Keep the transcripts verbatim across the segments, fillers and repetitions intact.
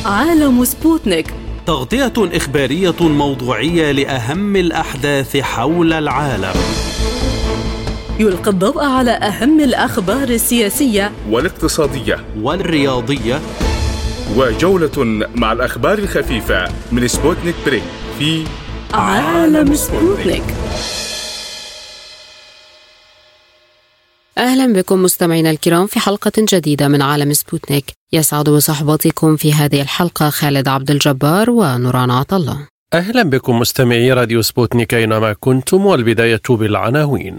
عالم سبوتنيك، تغطية إخبارية موضوعية لأهم الأحداث حول العالم. يلقي الضوء على أهم الأخبار السياسية والاقتصادية والرياضية، وجولة مع الأخبار الخفيفة من سبوتنيك بريك في عالم سبوتنيك. أهلا بكم مستمعينا الكرام في حلقة جديدة من عالم سبوتنيك. يسعد بصحبتكم في هذه الحلقة خالد عبد الجبار ونوران عطلة. أهلا بكم مستمعي راديو سبوتنيك أينما كنتم، والبداية بالعناوين.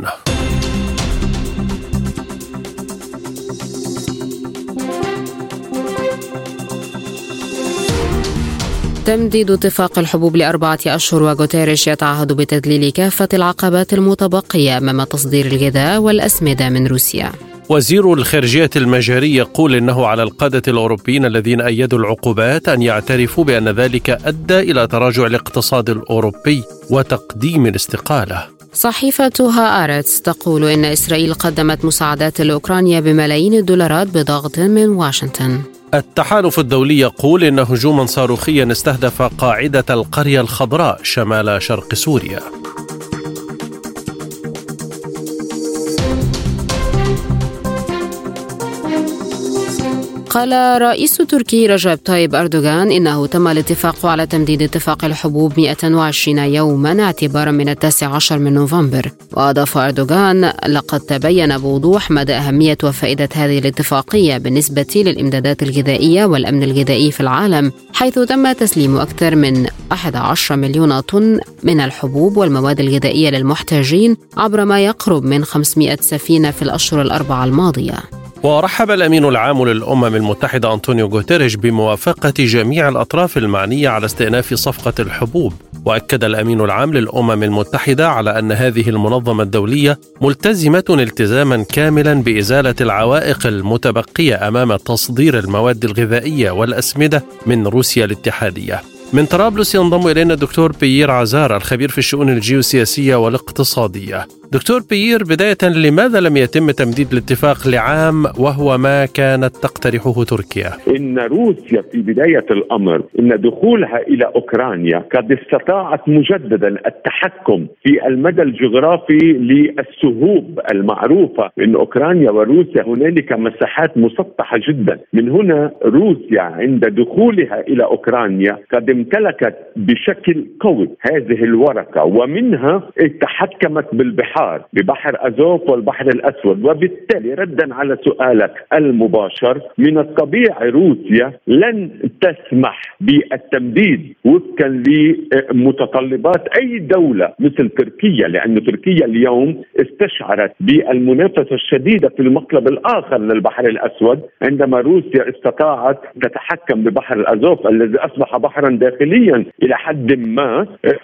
تمديد اتفاق الحبوب لأربعة أشهر، وغوتيريش يتعهد بتذليل كافة العقبات المتبقية أمام تصدير الغذاء والأسمدة من روسيا. وزير الخارجية المجري يقول إنه على القادة الأوروبيين الذين أيدوا العقوبات أن يعترفوا بأن ذلك أدى إلى تراجع الاقتصاد الأوروبي وتقديم الاستقالة. صحيفة هآرتس تقول إن إسرائيل قدمت مساعدات لأوكرانيا بملايين الدولارات بضغط من واشنطن. التحالف الدولي يقول إن هجوما صاروخيا استهدف قاعدة القرية الخضراء شمال شرق سوريا. قال رئيس تركي رجب طيب أردوغان إنه تم الاتفاق على تمديد اتفاق الحبوب مئة وعشرين يوما اعتبارا من التاسع عشر من نوفمبر. وأضاف أردوغان: لقد تبين بوضوح مدى أهمية وفائدة هذه الاتفاقية بالنسبة للإمدادات الغذائية والأمن الغذائي في العالم، حيث تم تسليم أكثر من أحد عشر مليون طن من الحبوب والمواد الغذائية للمحتاجين عبر ما يقرب من خمسمائة سفينة في الأشهر الأربعة الماضية. ورحب الأمين العام للأمم المتحدة أنطونيو غوتيريش بموافقة جميع الأطراف المعنية على استئناف صفقة الحبوب. وأكد الأمين العام للأمم المتحدة على أن هذه المنظمة الدولية ملتزمة التزاما كاملا بإزالة العوائق المتبقية أمام تصدير المواد الغذائية والأسمدة من روسيا الاتحادية. من طرابلس ينضم إلينا الدكتور بيير عزار، الخبير في الشؤون الجيوسياسية والاقتصادية. دكتور بيير، بداية لماذا لم يتم تمديد الاتفاق لعام وهو ما كانت تقترحه تركيا؟ إن روسيا في بداية الأمر إن دخولها إلى أوكرانيا قد استطاعت مجددا التحكم في المدى الجغرافي للسهوب المعروفة إن أوكرانيا وروسيا هنالك مساحات مسطحة جدا. من هنا روسيا عند دخولها إلى أوكرانيا قد امتلكت بشكل قوي هذه الورقة، ومنها تحكمت بالبحار ببحر أزوف والبحر الأسود. وبالتالي ردا على سؤالك المباشر، من الطبيعي روسيا لن تسمح بالتمديد وفقا لمتطلبات أي دولة مثل تركيا، لأن تركيا اليوم استشعرت بالمنافسة الشديدة في المقلب الآخر للبحر الأسود، عندما روسيا استطاعت تتحكم ببحر الأزوف الذي أصبح بحرا داخليا إلى حد ما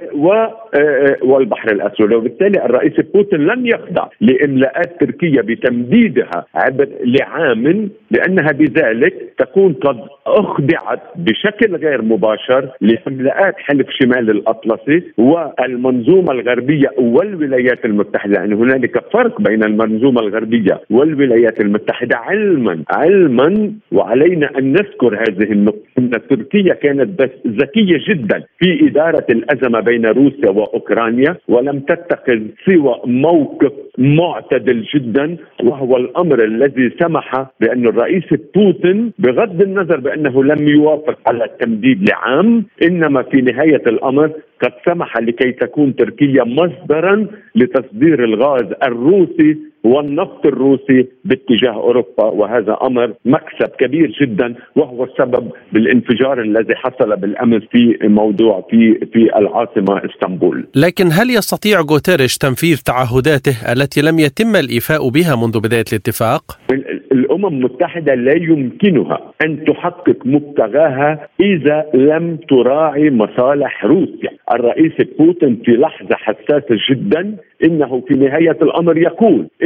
والبحر الأسود. وبالتالي الرئيس بوتين لن يخضع لإملاءات تركيا بتمديدها عبر لعام، لأنها بذلك تكون قد أخضعت بشكل غير مباشر لإملاءات حلف شمال الأطلسي والمنظومة الغربية والولايات المتحدة. يعني هنالك فرق بين المنظومة الغربية والولايات المتحدة علما علما وعلينا أن نذكر هذه النقطة، أن تركيا كانت بس ذكية جدا في إدارة الأزمة بين روسيا وأوكرانيا، ولم تتخذ سوى موقف معتدل جدا، وهو الأمر الذي سمح بأن الرئيس بوتين بغض النظر بأنه لم يوافق على التمديد لعام، إنما في نهاية الأمر قد سمح لكي تكون تركيا مصدرا لتصدير الغاز الروسي والنفط الروسي باتجاه أوروبا. وهذا أمر مكسب كبير جدا، وهو السبب بالانفجار الذي حصل بالأمس في موضوع في في العاصمة اسطنبول. لكن هل يستطيع غوتيريش تنفيذ تعهداته التي لم يتم الإيفاء بها منذ بداية الاتفاق؟ الأمم المتحدة لا يمكنها أن تحقق مبتغاها إذا لم تراعي مصالح روسيا. الرئيس بوتين في لحظة حساسة جدا إنه في نهاية الأمر يقول إن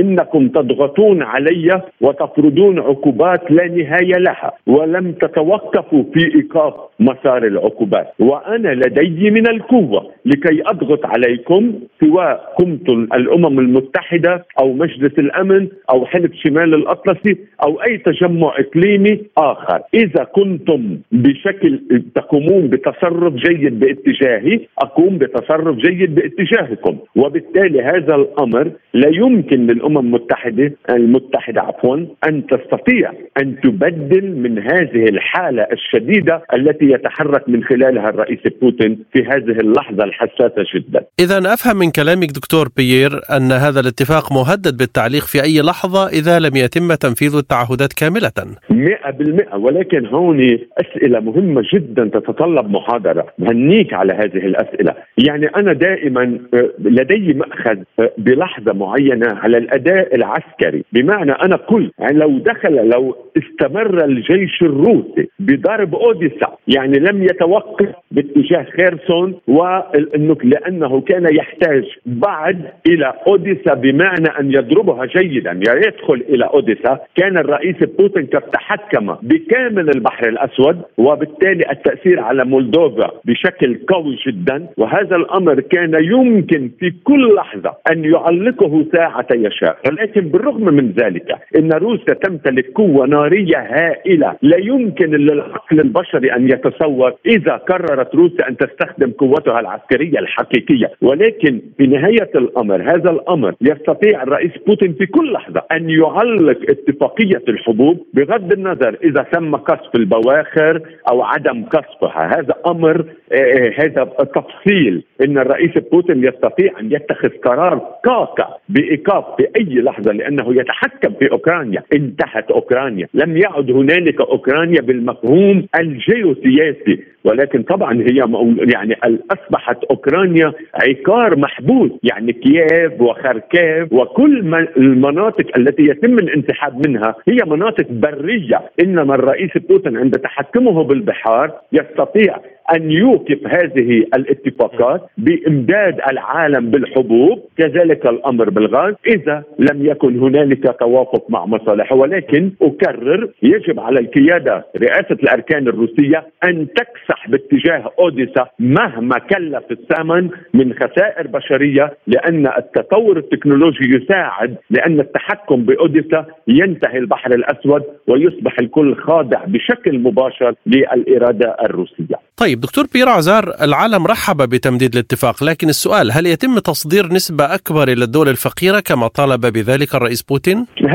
إنكم تضغطون علي وتفرضون عقوبات لا نهاية لها، ولم تتوقفوا في إيقاف مسار العقوبات، وأنا لدي من القوة لكي أضغط عليكم، سواء كنتم الأمم المتحدة أو مجلس الأمن أو حلف شمال الأطلسي أو أي تجمع إقليمي آخر. إذا كنتم بشكل تقومون بتصرف جيد باتجاهي، أقوم بتصرف جيد باتجاهكم، وبالتالي هذا الأمر لا يمكن للأمم المتحدة المتحدة عفوا أن تستطيع أن تبدل من هذه الحالة الشديدة التي يتحرك من خلالها الرئيس بوتين في هذه اللحظة الحساسة جدا. إذا أفهم من كلامك دكتور بيير أن هذا الاتفاق مهدد بالتعليق في أي لحظة إذا لم يتم تنفيذ التعهدات كاملة. مئة بالمئة، ولكن هون أسئلة مهمة جدا تتطلب محاضرة. مهنيك على هذه الأسئلة. يعني أنا دائما لدي مأخذ بلحظة معينة على الأداء العسكري، بمعنى أنا كل يعني لو دخل لو استمر الجيش الروسي بضرب أوديسا، يعني لم يتوقف باتجاه خيرسون، وإنه لأنه كان يحتاج بعد إلى أوديسا بمعنى أن يضربها جيدا يدخل إلى أوديسا، كان الرئيس بوتين قد تحكم بكامل البحر الأسود، وبالتالي التأثير على مولدوفا بشكل قوي جدا، وهذا الأمر كان يمكن في كل لحظة أن يعلقه ساعة يشاء. ولكن بالرغم من ذلك إن روسيا تمتلك قوة نارية هائلة لا يمكن للعقل البشري أن يتصور إذا قررت روسيا أن تستخدم قوتها العسكرية الحقيقية. ولكن في نهاية الأمر هذا الأمر يستطيع الرئيس بوتين في كل لحظة أن يعلق اتفاقية الحبوب بغض النظر إذا تم قصف البواخر أو عدم قصفها. هذا أمر آه هذا تفصيل إن الرئيس بوتين يستطيع أن يتخذ قرار قاطع بإيقاف في أي لحظة، لأنه يتحكم في أوكرانيا. انتهت أوكرانيا، لم يعد هنالك أوكرانيا بالمفهوم الجيوسياسي، ولكن طبعا هي يعني أصبحت أوكرانيا عقار محبوس، يعني كييف وخاركيف وكل المناطق التي يتم الانسحاب منها هي مناطق برية. إنما الرئيس بوتين عند تحكمه بالبحار يستطيع أن يوقف هذه الاتفاقات بإمداد العالم بالحبوب، كذلك الأمر بالغاز إذا لم يكن هنالك توافق مع مصالحه. ولكن أكرر يجب على القيادة رئاسة الأركان الروسية أن تكسح باتجاه أوديسا مهما كلف الثمن من خسائر بشرية، لأن التطور التكنولوجي يساعد، لأن التحكم بأوديسا ينتهي البحر الأسود ويصبح الكل خاضع بشكل مباشر للإرادة الروسية. طيب دكتور بيير عزار، العالم رحب بتمديد الاتفاق، لكن السؤال هل يتم تصدير نسبة أكبر إلى الدول الفقيرة كما طالب بذلك الرئيس بوتين؟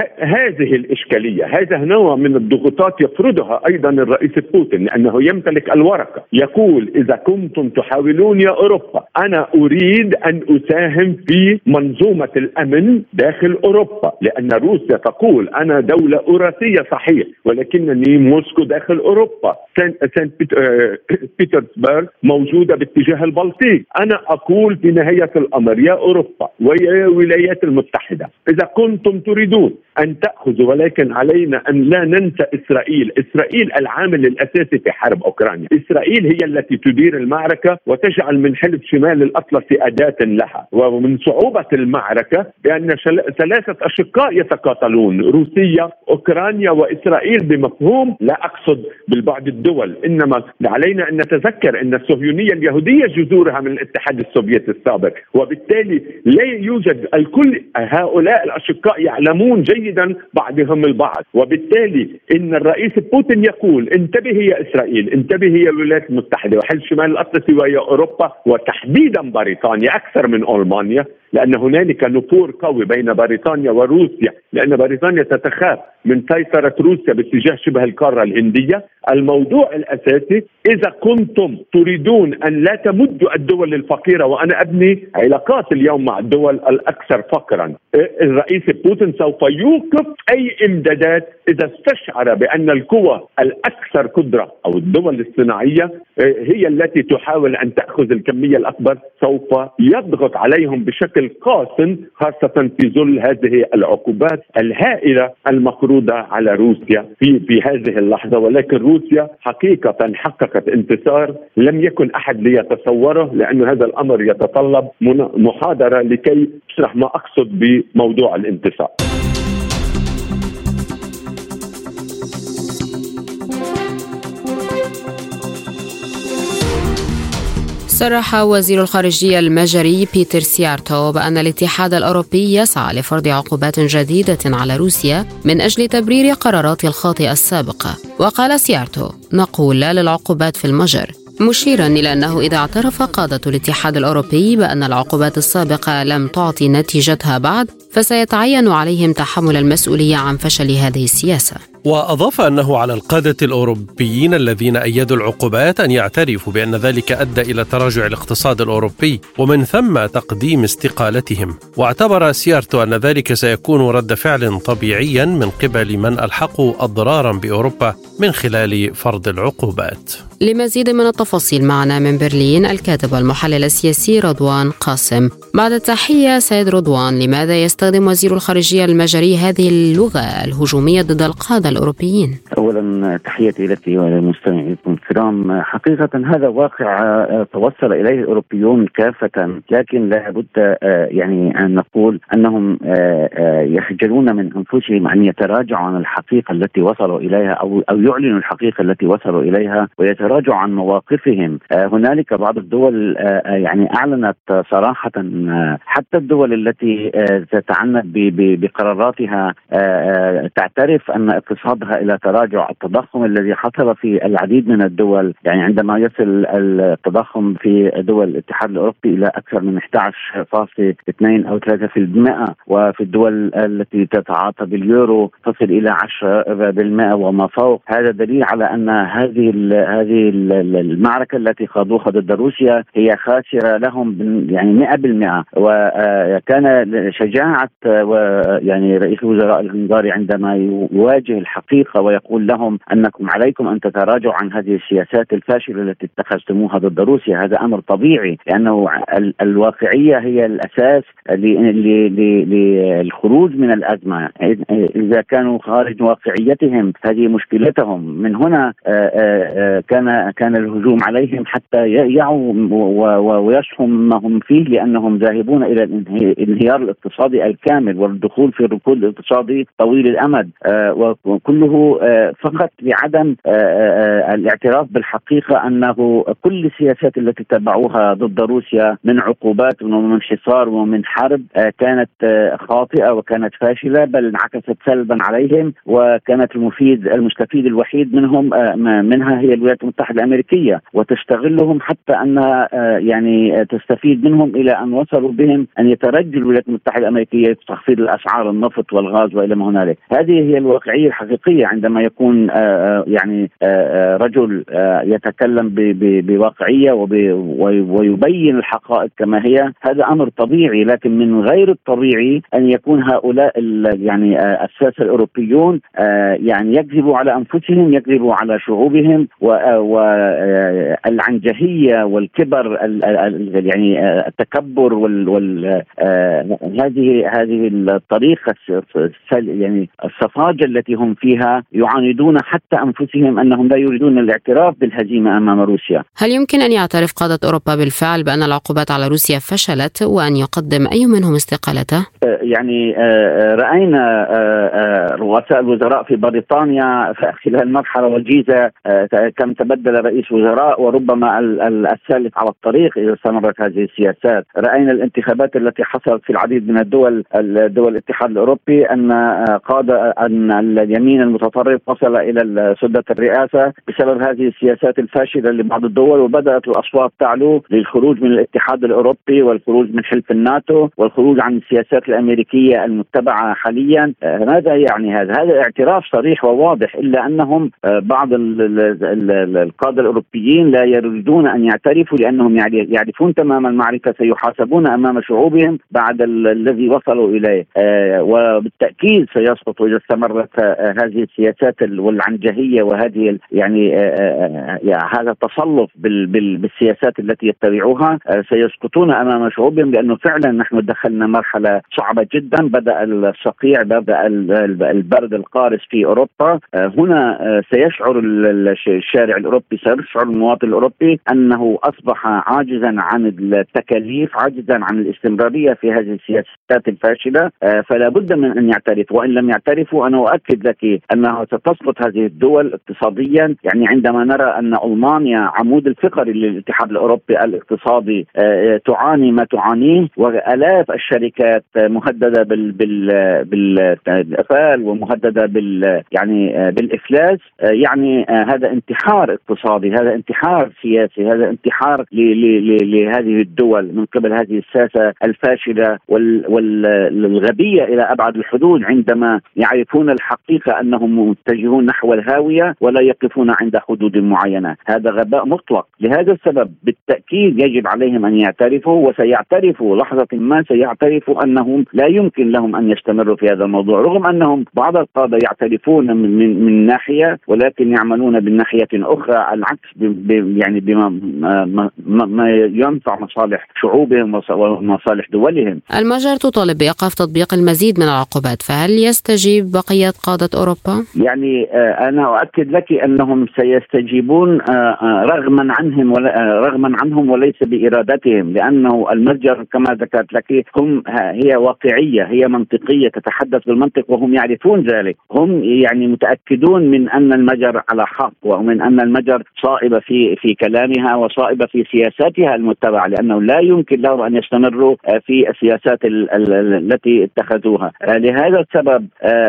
هذه الإشكالية، هذا نوع من الضغوطات يفرضها أيضا الرئيس بوتين، لأنه يمتلك الورقة. يقول إذا كنتم تحاولون يا أوروبا، أنا أريد أن أساهم في منظومة الأمن داخل أوروبا، لأن روسيا تقول أنا دولة أوراسية صحيح، ولكنني موسكو داخل أوروبا، سان بيترسبرغ موجودة باتجاه البلطيق. أنا أقول في نهاية الأمر يا أوروبا ويا الولايات المتحدة، إذا كنتم تريدون أن تأخذوا، ولكن علينا أن لا ننسى إسرائيل. إسرائيل العامل الأساسي في حرب أوكرانيا. إسرائيل هي التي تدير المعركة وتجعل من حلف شمال الأطلسي أداة لها. ومن صعوبة المعركة بأن ثلاثة أشقاء يتقاتلون، روسيا أوكرانيا وإسرائيل، بمفهوم لا أقصد بالبعد الدول، إنما علينا أن نتذكر أن الصهيونية اليهودية جذورها من الاتحاد السوفيتي السابق، وبالتالي لا يوجد الكل هؤلاء الأشقاء يعلمون جيدا بعضهم البعض. وبالتالي إن الرئيس بوتين يقول انتبه يا إسرائيل، انتبه يا الولايات المتحدة وحلف شمال الأطلسي ويا أوروبا، وتحديدا بريطانيا أكثر من ألمانيا، لأن هنالك نفور قوي بين بريطانيا وروسيا، لأن بريطانيا تتخاف من سيطرة روسيا باتجاه شبه القارة الهندية. الموضوع الأساسي إذا كنتم تريدون أن لا تمدوا الدول الفقيرة، وأنا أبني علاقات اليوم مع الدول الأكثر فقرا، الرئيس بوتين سوف يوقف أي إمدادات إذا استشعر بأن القوى الأكثر قدرة أو الدول الصناعية هي التي تحاول أن تأخذ الكمية الأكبر، سوف يضغط عليهم بشكل بشكل قاسم، خاصة في ظل هذه العقوبات الهائلة المفروضة على روسيا في في هذه اللحظة. ولكن روسيا حقيقة حققت انتصار لم يكن أحد ليتصوره، لأن هذا الأمر يتطلب محاضرة لكي أشرح ما أقصد بموضوع الانتصار. صرح وزير الخارجية المجري بيتر سيارتو بأن الاتحاد الأوروبي يسعى لفرض عقوبات جديدة على روسيا من أجل تبرير قراراته الخاطئة السابقة. وقال سيارتو: نقول لا للعقوبات في المجر، مشيرا إلى أنه إذا اعترف قادة الاتحاد الأوروبي بأن العقوبات السابقة لم تعطي نتيجتها بعد، فسيتعين عليهم تحمل المسؤولية عن فشل هذه السياسة. وأضاف أنه على القادة الأوروبيين الذين أيدوا العقوبات أن يعترفوا بأن ذلك أدى إلى تراجع الاقتصاد الأوروبي ومن ثم تقديم استقالتهم. واعتبر سيارتو أن ذلك سيكون رد فعل طبيعيا من قبل من ألحقوا أضرارا بأوروبا من خلال فرض العقوبات. لمزيد من التفاصيل معنا من برلين الكاتب والمحلل السياسي رضوان قاسم. بعد التحية سيد رضوان، لماذا يستخدم وزير الخارجية المجري هذه اللغة الهجومية ضد القادة الأوروبيين؟ أولا تحياتي لك وللمستمعين الكرام. حقيقة هذا واقع توصل إليه الأوروبيون كافة، لكن لا بد يعني أن نقول أنهم يخجلون من أنفسهم أن يتراجعوا عن الحقيقة التي وصلوا إليها أو أو يعلنوا الحقيقة التي وصلوا إليها ويتراجعوا عن مواقفهم. هنالك بعض الدول يعني أعلنت صراحة، حتى الدول التي تتعنت بقراراتها تعترف أن اقتصادها إلى تراجع. التضخم الذي حصل في العديد من الدول، يعني عندما يصل التضخم في دول الاتحاد الأوروبي إلى أكثر من أحد عشر فاصلة اثنين أو ثلاثة بالمئة، وفي الدول التي تتعاطى باليورو تصل إلى عشرة بالمئة وما فوق. هذا دليل على أن هذه هذه المعركة التي خاضوها ضد روسيا هي خاسرة لهم يعني مئة بالمئة. وكان شجاعة يعني رئيس الوزراء الهنغاري عندما يواجه الحقيقة ويقول لهم أنكم عليكم أن تتراجعوا عن هذه السياسات الفاشلة التي اتخذتموها ضد روسيا. هذا أمر طبيعي، لأنه الواقعية هي الأساس للخروج من الأزمة. إذا كانوا خارج واقعيتهم هذه مشكلتهم. من هنا كان كان الهجوم عليهم حتى يعوا ويشحوا ما هم فيه، لأنهم ذاهبون إلى الانهيار الاقتصادي الكامل والدخول في الركود الاقتصادي طويل الأمد، وكله فقط بعدم الاعتراف بالحقيقة أنه كل السياسات التي تبعوها ضد روسيا من عقوبات ومن حصار ومن حرب كانت خاطئة وكانت فاشلة، بل انعكست سلبا عليهم، وكانت المفيد المستفيد الوحيد منهم منها هي الولايات المتحدة الأمريكية، وتستغلهم حتى أنها يعني تستفيد منهم إلى أن وصلوا بهم أن يترجوا الولايات المتحدة الأمريكية في تخفيض الأسعار النفط والغاز وإلى ما هنالك. هذه هي الواقعية الحقيقية عندما يكون يعني رجل يتكلم بواقعية ويبين الحقائق كما هي. هذا أمر طبيعي، لكن من غير الطبيعي أن يكون هؤلاء يعني الساسة الأوروبيون يعني يكذبوا على أنفسهم، يكذبوا على شعوبهم، والعنجهية والكبر يعني التكبر وال هذه هذه الطريقة يعني السفاجة التي هم فيها يعاندون حتى أنفسهم أنهم لا يريدون الاعتراف بالهزيمة أمام روسيا. هل يمكن أن يعترف قادة أوروبا بالفعل بأن العقوبات على روسيا فشلت وأن يقدم أي منهم استقالته؟ يعني رأينا رؤساء الوزراء في بريطانيا خلال مرحلة وجيزة كم تبدل رئيس وزراء، وربما الثالث على الطريق إذا استمرت هذه السياسات. رأينا الانتخابات التي حصلت في العديد من الدول الدول الاتحاد الأوروبي أن قاد أن اليمين المتطرف وصل إلى سدة الرئاسة بسبب هذه السياسات الفاشلة لبعض الدول، وبدأت الأصوات تعلو للخروج من الاتحاد الأوروبي والخروج من حلف الناتو والخروج عن السياسات الأمريكية المتبعة حاليا. ماذا يعني هذا؟ هذا اعتراف صريح وواضح، إلا أنهم بعض القادة الأوروبيين لا يريدون أن يعترفوا لأنهم يعرفون تماما المعرفة سيحاسبون أمام شعوبهم بعد الذي وصلوا إليه، وبالتأكيد سيسقط إذا استمرت هذه السياسات والعنجهية وهذه يعني هذا التصلف بالسياسات التي يتبعوها، سيسقطون أمام شعوبهم، لأنه فعلا نحن دخلنا مرحلة صعبة جدا. بدأ الصقيع، بدأ البرد القارس في أوروبا. هنا سيشعر الشارع الأوروبي، سيشعر المواطن الأوروبي أنه أصبح عاجزا عن التكاليف، عاجزا عن الاستمرارية في هذه السياسات الفاشلة، فلا بد من أن يعترفوا. وإن لم يعترفوا أنا أؤكد لك أنها ستسقط هذه الدول اقتصاديا. يعني عندما نرى أن ألمانيا عمود الفقري للاتحاد الأوروبي الاقتصادي تعاني ما تعانيه، وآلاف الشركات مهددة بال بال بالإقفال ومهددة بال يعني بالإفلاس، يعني هذا انتحار اقتصادي، هذا انتحار سياسي، هذا انتحار لهذه الدول من قبل هذه السياسة الفاشلة والغبية إلى أبعد الحدود، عندما يعرفون الحقيقة أنهم متجهون نحو الهاوية ولا يقفون عند حدود معينة. هذا غباء مطلق. لهذا السبب بالتأكيد يجب عليهم أن يعترفوا، وسيعترفوا لحظة ما، سيعترفوا أنهم لا يمكن لهم أن يستمروا في هذا الموضوع، رغم أنهم بعض القادة يعترفون من, من, من ناحية ولكن يعملون بالناحية أخرى العكس، يعني بما ما, ما ينفع مصالح شعوبهم ومصالح دولهم. المجر تطالب بإيقاف تطبيق المزيد من العقوبات، فهل يستجيب بقية قادة أوروبا؟ يعني أنا أؤكد لك أنهم سيستجيبون رغما عنهم رغما عنهم وليس بإرادتهم، لأنه المتجر كما ذكرت لك هم هي واقعية، هي منطقية، تتحدث بالمنطق، وهم يعرفون ذلك. هم يعني متأكدون من أن المتجر على حق، ومن أن المتجر صائبة في في كلامها وصائبة في سياساتها المتبعة، لأنه لا يمكن لهم أن يستمروا في السياسات التي اتخذوها. لهذا السبب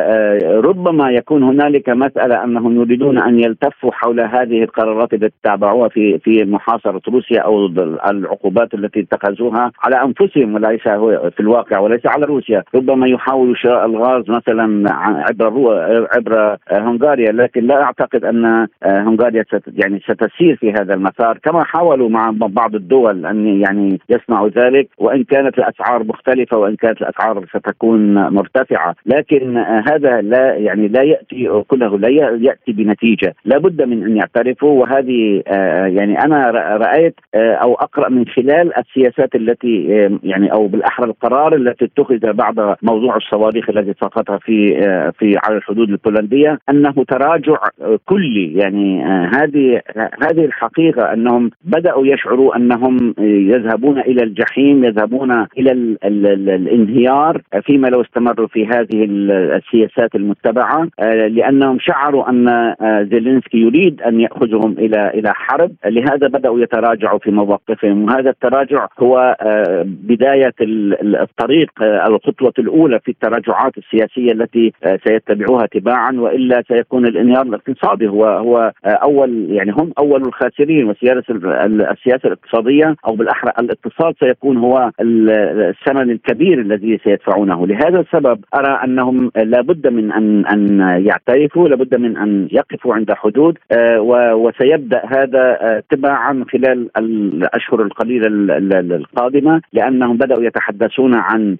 ربما يكون هنالك مسألة أنهم يريدون أن يلتفوا حول هذه القرارات التي اتبعوها في في محاصرة روسيا أو العقوبات التي اتخذوها على أنفسهم وليس في الواقع وليس على روسيا. ربما يحاولوا شراء الغاز مثلا عبر عبر هنغاريا، لكن لا أعتقد أن هنغاريا يعني ستسير في هذا المسار، كما حاولوا مع بعض الدول أن يعني يصنعوا ذلك، وإن كانت الأسعار مختلفة وإن كانت الأسعار ستكون مرتفعة. لكن هذا لا يعني لا يأتي كله لا يأتي بنتيجة، لا بد من أن يعترفوا. وهذه يعني أنا رأيت أو أقرأ من خلال السياسات التي يعني أو بالأحرى القرار التي اتخذ بعد موضوع الصواريخ الذي سقطها في في على الحدود البولندية، أنه تراجع كلي. يعني هذه هذه الحقيقة أنهم بدأوا يشعروا أنهم يذهبون إلى الجحيم، يذهبون إلى ال ال ال الانهيار فيما لو استمروا في هذه السياسات المتبعة، لأنهم شعروا أن زيلينسكي يريد أن يأخذهم إلى إلى حرب. لهذا بدأوا يتراجعوا في مواقفهم، وهذا التراجع هو بداية الطريق، الخطوة الأولى في التراجعات السياسية التي سيتبعوها تباعا، وإلا سيكون الانهيار الاقتصادي هو هو أول يعني هم أول الخاسرين. وسياسة السياسة الاقتصادية أو بالأحرى الاقتصاد سيكون هو الثمن الكبير الذي سيدفعونه. لهذا السبب أرى أنهم لابد من أن أن يعترفوا، لابد من أن يقفوا عند حدود، وسيبدأ هذا تباعا خلال الأشهر القليلة القادمة، لأنهم بدأوا يتحدثون عن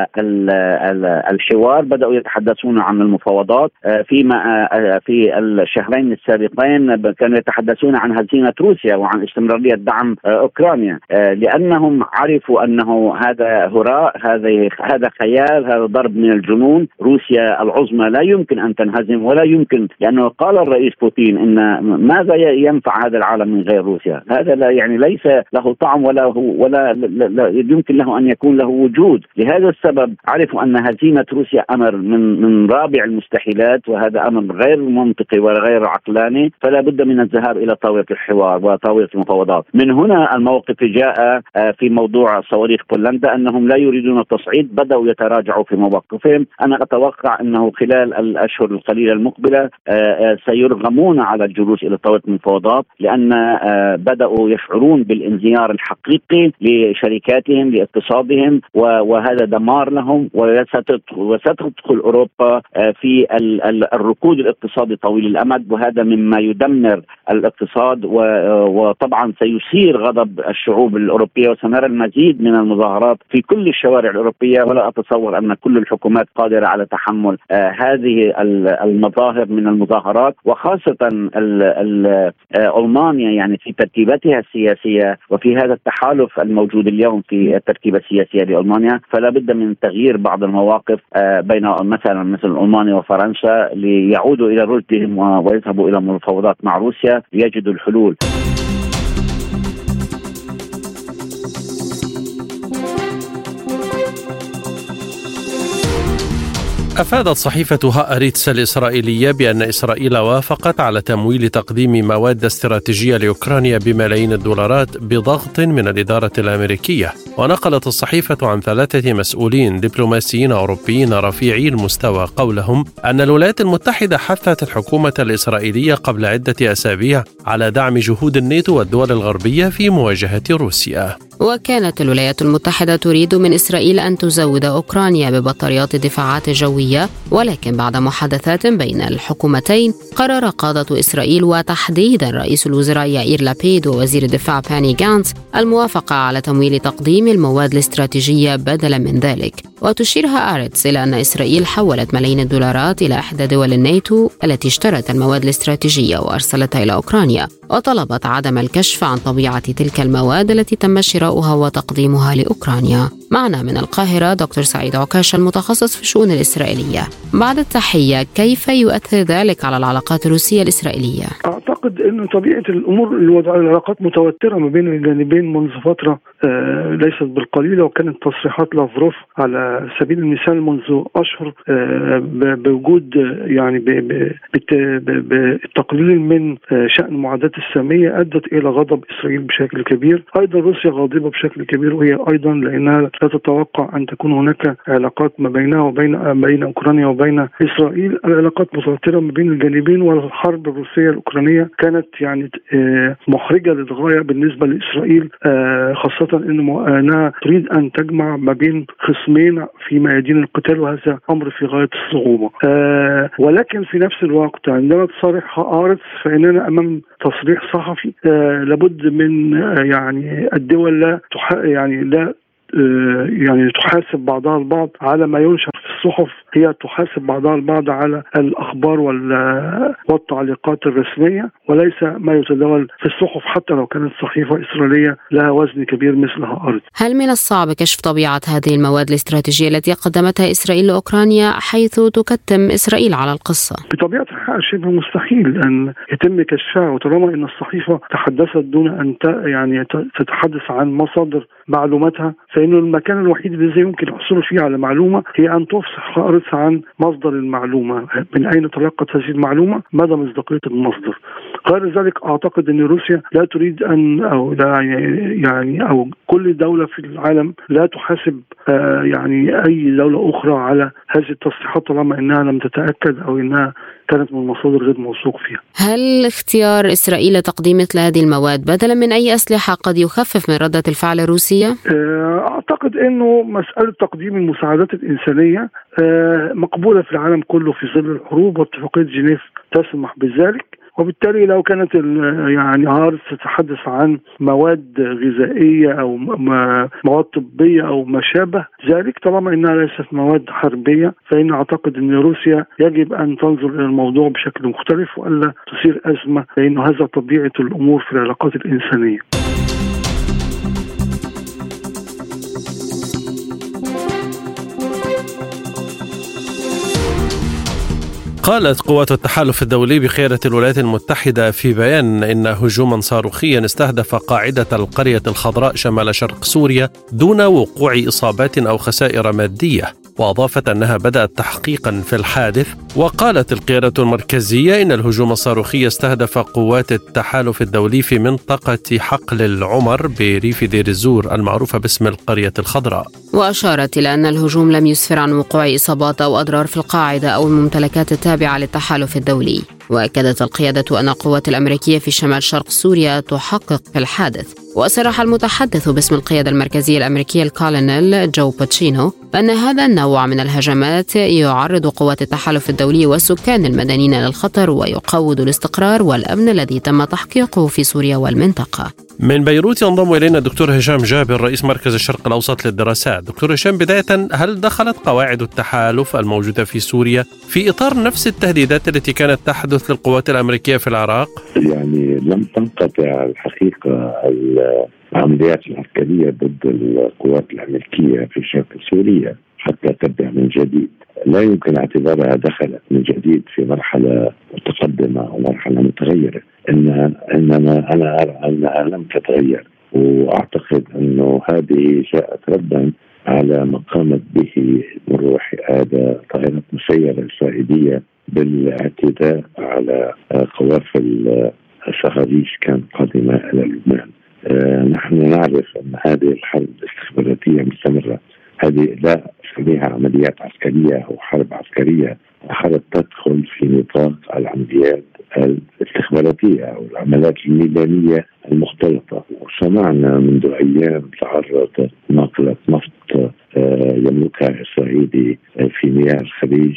الحوار، بدأوا يتحدثون عن المفاوضات. فيما في الشهرين السابقين كانوا يتحدثون عن هزيمة روسيا وعن استمرارية دعم أوكرانيا، لأنهم عرفوا أنه هذا هراء، هذا هذا خيال، هذا ضرب من الجنون. روسيا العظمى لا يمكن أن تنهزم ولا يمكن، لأنه قال الرئيس بوتين إن ماذا ينفع هذا العالم من غير روسيا؟ هذا لا يعني ليس له طعم ولا هو ولا لا لا يمكن له أن يكون له وجود. لهذا السبب عرفوا أن هزيمة روسيا أمر من من رابع المستحيلات، وهذا أمر غير منطقي وغير عقلاني، فلا بد من الذهاب إلى طاولة الحوار وطاولة المفاوضات. من هنا الموقف جاء في موضوع صواريخ بولندا، أنهم لا يريدون التصعيد، بدأوا يتراجعوا في مواقفهم. أنا أتوقع أنه خلال الأشهر القليلة المقبلة سيرغمون على الجلوس إلى طاولة المفاوضات، لأن بدأوا يشعرون بالانهيار الحقيقي لشركاتهم لاقتصادهم، وهذا دمار لهم، وستدخل أوروبا في الركود الاقتصادي طويل الأمد، وهذا مما يدمر الاقتصاد، وطبعا سيثير غضب الشعوب الأوروبية، وسنرى المزيد من المظاهرات في كل الشوارع الأوروبية. ولا أتصور أن كل الحكومات قادرة على تحمل هذه المظاهر من المظاهرات، وخاصة ألمانيا يعني في ترتيباتها السياسية وفي هذا التحالف الموجود اليوم في التركيبة السياسية لألمانيا، فلا بد من تغيير بعض المواقف بين مثلا مثل ألمانيا وفرنسا ليعودوا إلى رشدهم ويذهبوا إلى مفاوضات مع روسيا ليجدوا الحلول. أفادت صحيفة هآريتس الإسرائيلية بأن إسرائيل وافقت على تمويل تقديم مواد استراتيجية لأوكرانيا بملايين الدولارات بضغط من الإدارة الأمريكية. ونقلت الصحيفة عن ثلاثة مسؤولين دبلوماسيين أوروبيين رفيعي المستوى قولهم أن الولايات المتحدة حثت الحكومة الإسرائيلية قبل عدة أسابيع على دعم جهود الناتو والدول الغربية في مواجهة روسيا. وكانت الولايات المتحدة تريد من إسرائيل أن تزود أوكرانيا ببطاريات الدفاعات الجوية، ولكن بعد محادثات بين الحكومتين قرر قادة إسرائيل وتحديدا رئيس الوزراء يائير لابيد ووزير الدفاع باني غانتس الموافقة على تمويل تقديم المواد الاستراتيجية بدلا من ذلك. وتشير هآريتس إلى أن إسرائيل حولت ملايين الدولارات إلى إحدى دول الناتو التي اشترت المواد الاستراتيجية وأرسلتها إلى أوكرانيا، وطلبت عدم الكشف عن طبيعة تلك المواد التي تم شراؤها وتقديمها لأوكرانيا. معنا من القاهرة دكتور سعيد عكاش المتخصص في الشؤون الإسرائيلية. بعد التحية، كيف يؤثر ذلك على العلاقات الروسية الإسرائيلية؟ أعتقد أن طبيعة الأمور الوضع العلاقات متوترة ما بين الجانبين منذ فترة آه ليست بالقليلة، وكانت تصريحات لافروف على سبيل المثال منذ أشهر آه بوجود يعني بالتقليل من آه شأن معاهدات السامية أدت إلى غضب إسرائيل بشكل كبير. أيضا روسيا غاضبة بشكل كبير، وهي أيضا لأنها لا تتوقع أن تكون هناك علاقات ما بينها وبين بين أوكرانيا وبين إسرائيل. العلاقات متوترة ما بين الجانبين، والحرب الروسية الأوكرانية كانت يعني آه محرجة للغاية بالنسبة لإسرائيل، آه خاصة أنها تريد أن تجمع ما بين خصمين في ميادين القتال، وهذا أمر في غاية الصعوبة. آه ولكن في نفس الوقت عندما تصرح هآريتس فإننا أمام تصريح صحفي. آه لابد من آه يعني الدول لا تح يعني لا آه يعني تحاسب بعضها البعض على ما ينشر في الصحف، هي تحاسب بعضها البعض على الأخبار والتعليقات الرسمية، وليس ما يتداول في الصحف حتى لو كانت صحيفة إسرائيلية لها وزن كبير مثل هآريتس. هل من الصعب كشف طبيعة هذه المواد الاستراتيجية التي قدمتها إسرائيل لأوكرانيا حيث تكتم إسرائيل على القصة؟ بطبيعة الحال شبه مستحيل أن يتم كشفها، وطالما أن الصحيفة تحدثت دون أن يعني تتحدث عن مصادر معلوماتها، فإنه المكان الوحيد الذي يمكن الحصول فيه على معلومة هي أن تفصح هآريتس عن مصدر المعلومة، من أين تلقت هذه المعلومة، مدى مصداقية المصدر. غير ذلك أعتقد أن روسيا لا تريد أن أو لا يعني أو كل دولة في العالم لا تحاسب آه يعني أي دولة أخرى على هذه التصريحات طالما أنها لم تتأكد أو أنها كانت من مصادر غير موثوق فيها. هل اختيار إسرائيل لتقديم مثل هذه المواد بدلا من أي أسلحة قد يخفف من ردة الفعل الروسية؟ أعتقد أنه مسألة تقديم المساعدات الإنسانية مقبولة في العالم كله في ظل الحروب، واتفاقية جنيف تسمح بذلك. وبالتالي لو كانت يعني هآريتس تتحدث عن مواد غذائية أو مواد طبية أو ما شابه ذلك، طالما إنها ليست مواد حربية، فإن أعتقد أن روسيا يجب أن تنظر إلى الموضوع بشكل مختلف وألا تصير أزمة، لأن هذا طبيعة الأمور في العلاقات الإنسانية. قالت قوات التحالف الدولي بقيادة الولايات المتحدة في بيان إن هجوما صاروخيا استهدف قاعدة القرية الخضراء شمال شرق سوريا دون وقوع إصابات أو خسائر مادية، وأضافت أنها بدأت تحقيقا في الحادث. وقالت القيادة المركزية إن الهجوم الصاروخي استهدف قوات التحالف الدولي في منطقة حقل العمر بريف دير الزور المعروفة باسم القرية الخضراء. وأشارت إلى أن الهجوم لم يسفر عن وقوع إصابات أو أضرار في القاعدة أو الممتلكات التابعة للتحالف الدولي. وأكدت القيادة أن القوات الأمريكية في شمال شرق سوريا تحقق في الحادث. وصرح المتحدث باسم القيادة المركزية الأمريكية الكولونيل جو باتشينو بأن هذا النوع من الهجمات يعرض قوات التحالف الدولي والسكان المدنيين للخطر ويقوض الاستقرار والأمن الذي تم تحقيقه في سوريا والمنطقة. من بيروت ينضم إلينا الدكتور هشام جابر رئيس مركز الشرق الأوسط للدراسات. دكتور هشام، بداية، هل دخلت قواعد التحالف الموجودة في سوريا في إطار نفس التهديدات التي كانت تحدث للقوات الأمريكية في العراق؟ يعني لم تنقطع الحقيقة العمليات العسكرية ضد القوات الأمريكية في شرق سوريا حتى تبدأ من جديد. لا يمكن اعتبارها دخلت من جديد في مرحلة متقدمة أو مرحلة متغيرة، إنها إنما أنا أرى أنها لم تتغير، وأعتقد أنه هذه جاءت ردا على ما قامت به مروح هذا طائرة مسيرة إسرائيلية بالاعتداء على قوافل صهاريج كانت قادمة إلى لبنان. آه نحن نعرف أن هذه الحرب الاستخباراتية مستمرة. هذه لا أسميها عمليات عسكرية أو حرب عسكرية، حرب تدخل في نطاق العمليات الاستخباراتية أو العمليات الميدانية المختلطة. وسمعنا منذ أيام تعرض ناقلة نفط آه يملكها إسرائيلي في مياه الخليج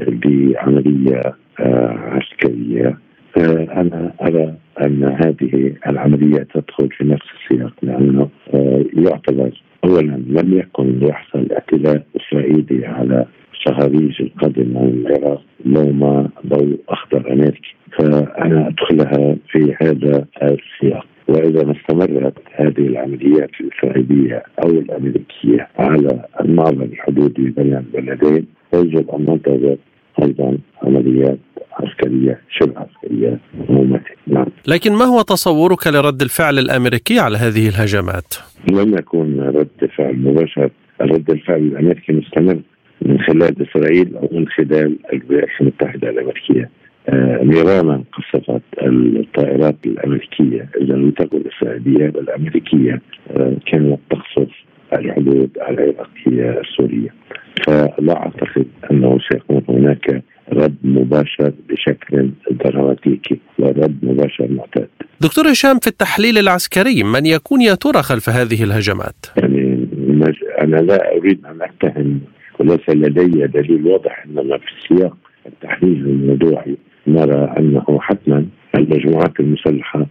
بعملية آه عسكرية. آه أنا أرى أن هذه العملية تدخل في نفس السياق، لأنه آه يعتبر أولا لم يكن يحصل اعتداء إسرائيلي على صهاريج القادمة من العراق لو ضوء أخضر أمريكي، فأنا أدخلها في هذا السياق. وإذا ما استمرت هذه العمليات الإسرائيلية أو الأمريكية على المعبر الحدودي بين البلدين يجب أن ننتظر أيضا عمليات عسكرية شبه عسكرية مماثلة. نعم. لكن ما هو تصورك لرد الفعل الأمريكي على هذه الهجمات؟ لم يكن رد فعل مباشر. رد الفعل الأمريكي مستمر من خلال إسرائيل أو من خلال الولايات المتحدة الأمريكية. آه نيرانا قصفت الطائرات الأمريكية، إذا لم تكن إسرائيلية بل أمريكية، آه كانت تقصف الحدود العراقية السورية. فلا أعتقد أنه سيكون هناك رد مباشر بشكل دراماتيكي ورد مباشر معتاد. دكتور هشام، في التحليل العسكري من يكون يا ترى خلف هذه الهجمات؟ يعني أنا لا أريد أن أتهم وليس لدي دليل واضح، إنما في السياق التحليل الموضوعي نرى أنه حتما المجموعات المسلحة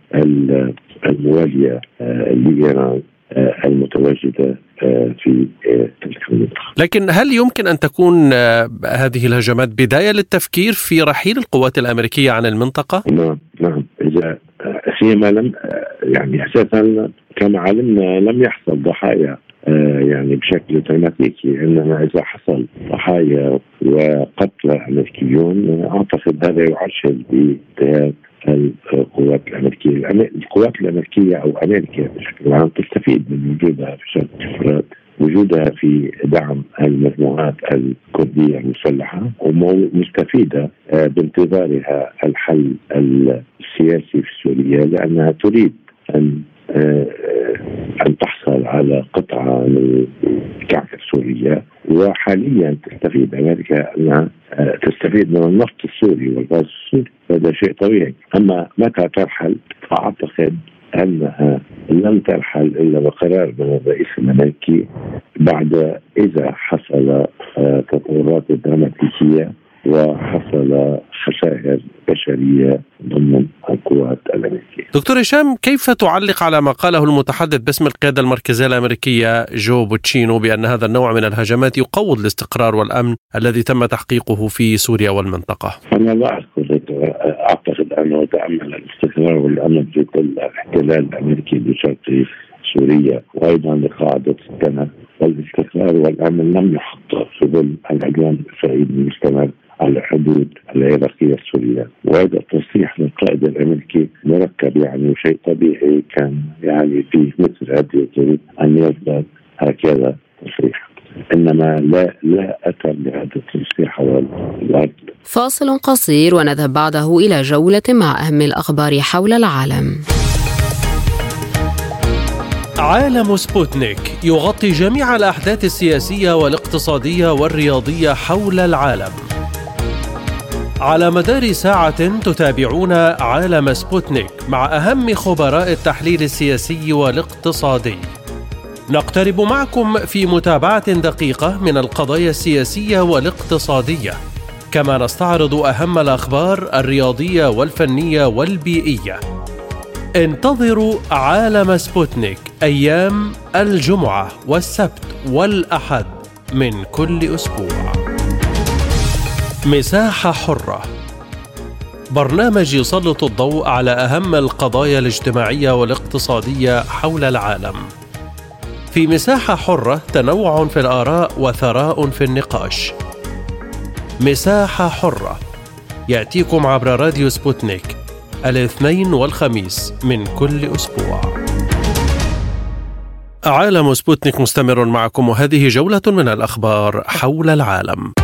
الموالية لإيران المتواجدة في تلك المنطقة. لكن هل يمكن أن تكون هذه الهجمات بداية للتفكير في رحيل القوات الأمريكية عن المنطقة؟ نعم نعم إذا فيما لم يعني أساسا كما علمنا لم يحصل ضحايا يعني بشكل دراماتيكي، إنما إذا حصل ضحايا وقتلى أمريكيون أعتقد هذا يعشر بانتهاء القوات الأمريكية. القوات الأمريكية أو أمريكا بشكل عام تستفيد من وجودها في شرق الفرات، وجودها في دعم المجموعات الكردية المسلحة، ومستفيدة بانتظارها الحل السياسي في سوريا، لأنها تريد أن أن تحصل على قطعة من كعكة سوريا. وحاليا تستفيد أمريكا أنها تستفيد من النفط السوري والغاز السوري، هذا شيء طبيعي. أما متى ترحل فأعتقد أنها لم ترحل إلا بقرار من الرئيس الأمريكي بعد إذا حصل تطورات دراماتيكية وحصل خسائر بشرية ضمن القوات الأمريكية. دكتور هشام، كيف تعلق على ما قاله المتحدث باسم القيادة المركزية الأمريكية جو باتشينو بأن هذا النوع من الهجمات يقوض الاستقرار والأمن الذي تم تحقيقه في سوريا والمنطقة؟ أنا لا أعتقد أنه تأمل الاستقرار والأمن في كل الاحتلال الأمريكي بشرق سوريا وأيضا لقاعدة السنة، والاستقرار والأمن لم يحقق في ظل العدوان الإسرائيلي المستمر على الحدود العراقية السورية. وهذا التصريح للقائد الأمريكي مركب يعني شيء طبيعي كان يعني في مثل هذه الظروف أن يصدر هكذا تصريح، إنما لا لا أتى بهذا التصريح على الأرض. فاصل قصير ونذهب بعده إلى جولة مع أهم الأخبار حول العالم. عالم سبوتنيك يغطي جميع الأحداث السياسية والاقتصادية والرياضية حول العالم. على مدار ساعة تتابعون عالم سبوتنيك مع أهم خبراء التحليل السياسي والاقتصادي. نقترب معكم في متابعة دقيقة من القضايا السياسية والاقتصادية، كما نستعرض أهم الأخبار الرياضية والفنية والبيئية. انتظروا عالم سبوتنيك أيام الجمعة والسبت والأحد من كل أسبوع. مساحة حرة، برنامج يسلط الضوء على أهم القضايا الاجتماعية والاقتصادية حول العالم. في مساحة حرة تنوع في الآراء وثراء في النقاش. مساحة حرة يأتيكم عبر راديو سبوتنيك الاثنين والخميس من كل أسبوع. عالم سبوتنيك مستمر معكم، وهذه جولة من الأخبار حول العالم.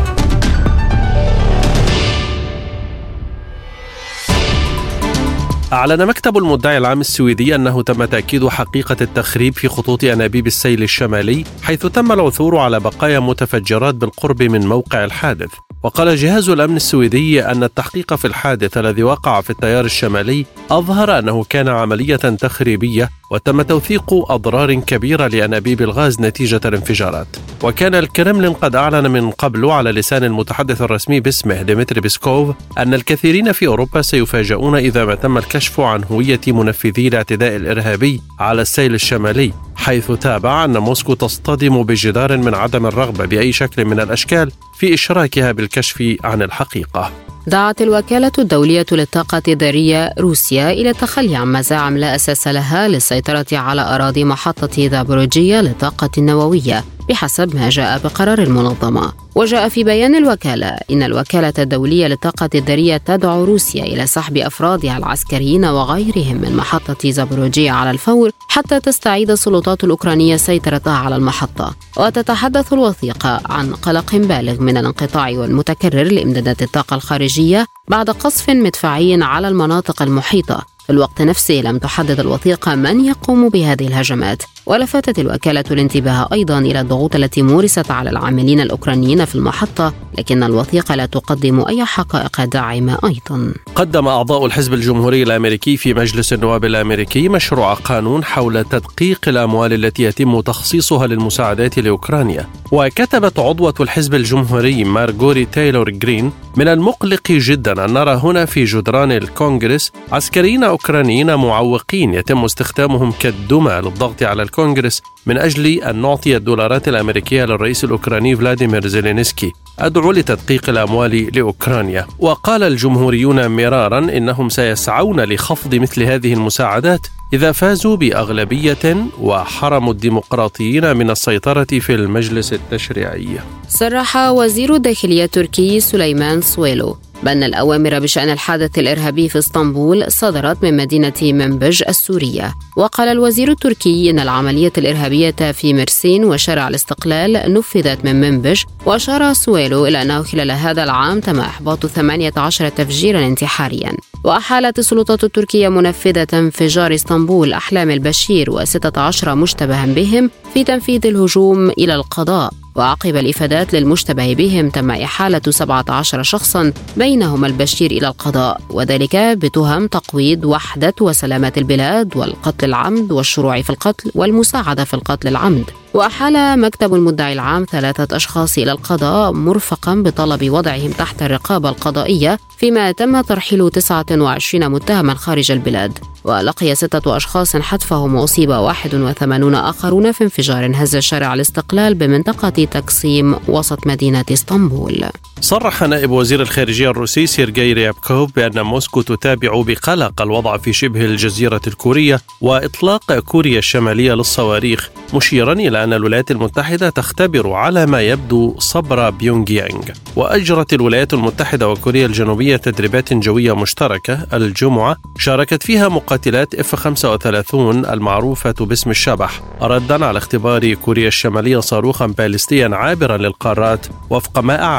أعلن مكتب المدعي العام السويدي أنه تم تأكيد حقيقة التخريب في خطوط أنابيب السيل الشمالي، حيث تم العثور على بقايا متفجرات بالقرب من موقع الحادث. وقال جهاز الأمن السويدي أن التحقيق في الحادث الذي وقع في التيار الشمالي أظهر أنه كان عملية تخريبية، وتم توثيق أضرار كبيرة لأنابيب الغاز نتيجة الانفجارات. وكان الكرملين قد أعلن من قبل على لسان المتحدث الرسمي باسمه ديمتري بيسكوف أن الكثيرين في أوروبا سيفاجؤون إذا ما تم الكشف عن هوية منفذي الاعتداء الإرهابي على السيل الشمالي، حيث تابع أن موسكو تصطدم بجدار من عدم الرغبة بأي شكل من الأشكال في إشراكها بالكشف عن الحقيقة. دعت الوكالة الدولية للطاقة الذرية روسيا إلى التخلي عن مزاعم لا أساس لها للسيطرة على أراضي محطة زابوروجيا للطاقة النووية بحسب ما جاء بقرار المنظمة. وجاء في بيان الوكالة إن الوكالة الدولية للطاقة الذرية تدعو روسيا إلى سحب أفرادها العسكريين وغيرهم من محطة زابوروجيا على الفور حتى تستعيد السلطات الأوكرانية سيطرتها على المحطة. وتتحدث الوثيقة عن قلق بالغ من الانقطاع والمتكرر لإمدادات الطاقة الخارجية بعد قصف مدفعي على المناطق المحيطة. في الوقت نفسه لم تحدد الوثيقة من يقوم بهذه الهجمات. ولفتت الوكالة الانتباه أيضا إلى الضغوط التي مورست على العاملين الأوكرانيين في المحطة، لكن الوثيقة لا تقدم أي حقائق داعمة أيضا. قدم أعضاء الحزب الجمهوري الأمريكي في مجلس النواب الأمريكي مشروع قانون حول تدقيق الأموال التي يتم تخصيصها للمساعدات لأوكرانيا. وكتبت عضوة الحزب الجمهوري مارغوري تايلور جرين: من المقلق جدا أن نرى هنا في جدران الكونغرس عسكريين أوكرانيين معوقين يتم استخدامهم كالدمى للضغط على الكونغرس من أجل أن نعطي الدولارات الأمريكية للرئيس الأوكراني فلاديمير زيلينسكي. أدعو لتدقيق الأموال لأوكرانيا. وقال الجمهوريون مرارا إنهم سيسعون لخفض مثل هذه المساعدات إذا فازوا بأغلبية وحرموا الديمقراطيين من السيطرة في المجلس التشريعي. صرح وزير الداخلية التركي سليمان سويلو بأن الأوامر بشأن الحادث الإرهابي في اسطنبول صدرت من مدينة منبج السورية. وقال الوزير التركي إن العملية الإرهابية في مرسين وشارع الاستقلال نفذت من منبج. وأشار سويلو إلى أنه خلال هذا العام تم إحباط ثمانية عشر تفجيرا انتحاريا. وأحالت السلطات التركية منفذة انفجار اسطنبول أحلام البشير وستة عشر مشتبها بهم في تنفيذ الهجوم إلى القضاء. وعقب الإفادات للمشتبه بهم تم إحالة سبعة عشر شخصا بينهم البشير إلى القضاء، وذلك بتهم تقويض وحدة وسلامة البلاد والقتل العمد والشروع في القتل والمساعدة في القتل العمد. وأحال مكتب المدعي العام ثلاثة أشخاص إلى القضاء مرفقا بطلب وضعهم تحت الرقابة القضائية، فيما تم ترحيل تسعة وعشرين متهما خارج البلاد. ولقي ستة أشخاص حتفهم وأصيب واحد وثمانون آخرون في انفجار هز شارع الاستقلال بمنطقة تقسيم وسط مدينة اسطنبول. صرح نائب وزير الخارجية الروسي سيرجي ريابكوف بأن موسكو تتابع بقلق الوضع في شبه الجزيرة الكورية وإطلاق كوريا الشمالية للصواريخ، مشيرا إلى أن الولايات المتحدة تختبر على ما يبدو صبر بيونغ يانغ. وأجرت الولايات المتحدة وكوريا الجنوبية تدريبات جوية مشتركة الجمعة شاركت فيها مقاتلات إف خمسة وثلاثين المعروفة باسم الشبح، ردا على اختبار كوريا الشمالية صاروخا باليستيا عابرا للقارات، وفق ما أعلنت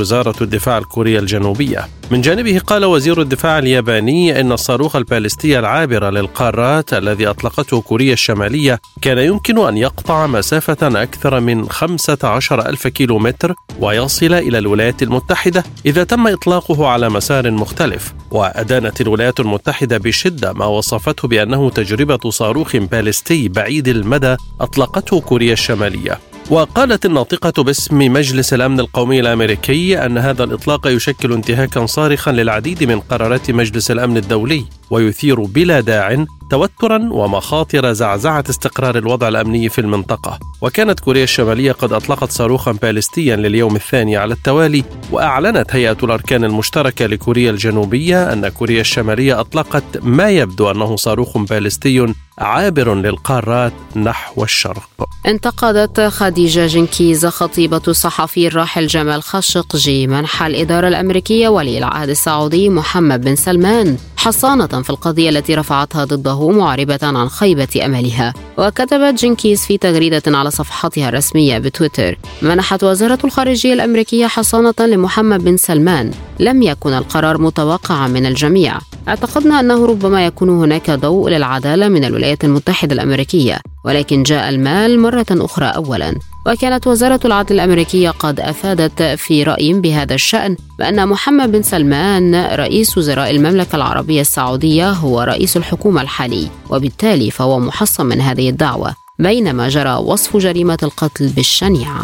وزارة الدفاع الكورية الجنوبية. من جانبه قال وزير الدفاع الياباني إن الصاروخ البالستي العابر للقارات الذي أطلقته كوريا الشمالية كان يمكن أن يقطع مسافة أكثر من خمسة عشر ألف كيلومتر ويصل إلى الولايات المتحدة إذا تم إطلاقه على مسار مختلف. وأدانت الولايات المتحدة بشدة ما وصفته بأنه تجربة صاروخ بالستي بعيد المدى أطلقته كوريا الشمالية. وقالت الناطقة باسم مجلس الأمن القومي الأمريكي أن هذا الإطلاق يشكل انتهاكا صارخا للعديد من قرارات مجلس الأمن الدولي ويثير بلا داع توترا ومخاطر زعزعة استقرار الوضع الأمني في المنطقة. وكانت كوريا الشمالية قد أطلقت صاروخا بالستيا لليوم الثاني على التوالي. وأعلنت هيئة الأركان المشتركة لكوريا الجنوبية أن كوريا الشمالية أطلقت ما يبدو أنه صاروخ بالستي عابر للقارات نحو الشرق. انتقدت خديجة جنكيز خطيبة الصحفي الراحل جمال خاشقجي منح الإدارة الأمريكية ولي العهد السعودي محمد بن سلمان حصانة في القضية التي رفعتها ضده معربة عن خيبة أملها. وكتبت جنكيز في تغريدة على صفحتها الرسمية بتويتر: منحت وزارة الخارجية الأمريكية حصانة لمحمد بن سلمان، لم يكن القرار متوقعا من الجميع، اعتقدنا أنه ربما يكون هناك ضوء للعدالة من الولايات المتحدة الأمريكية، ولكن جاء المال مرة أخرى أولا. وكانت وزارة العدل الأمريكية قد أفادت في رأي بهذا الشأن بأن محمد بن سلمان رئيس وزراء المملكة العربية السعودية هو رئيس الحكومة الحالي، وبالتالي فهو محصن من هذه الدعوة، بينما جرى وصف جريمة القتل بالشنيعة.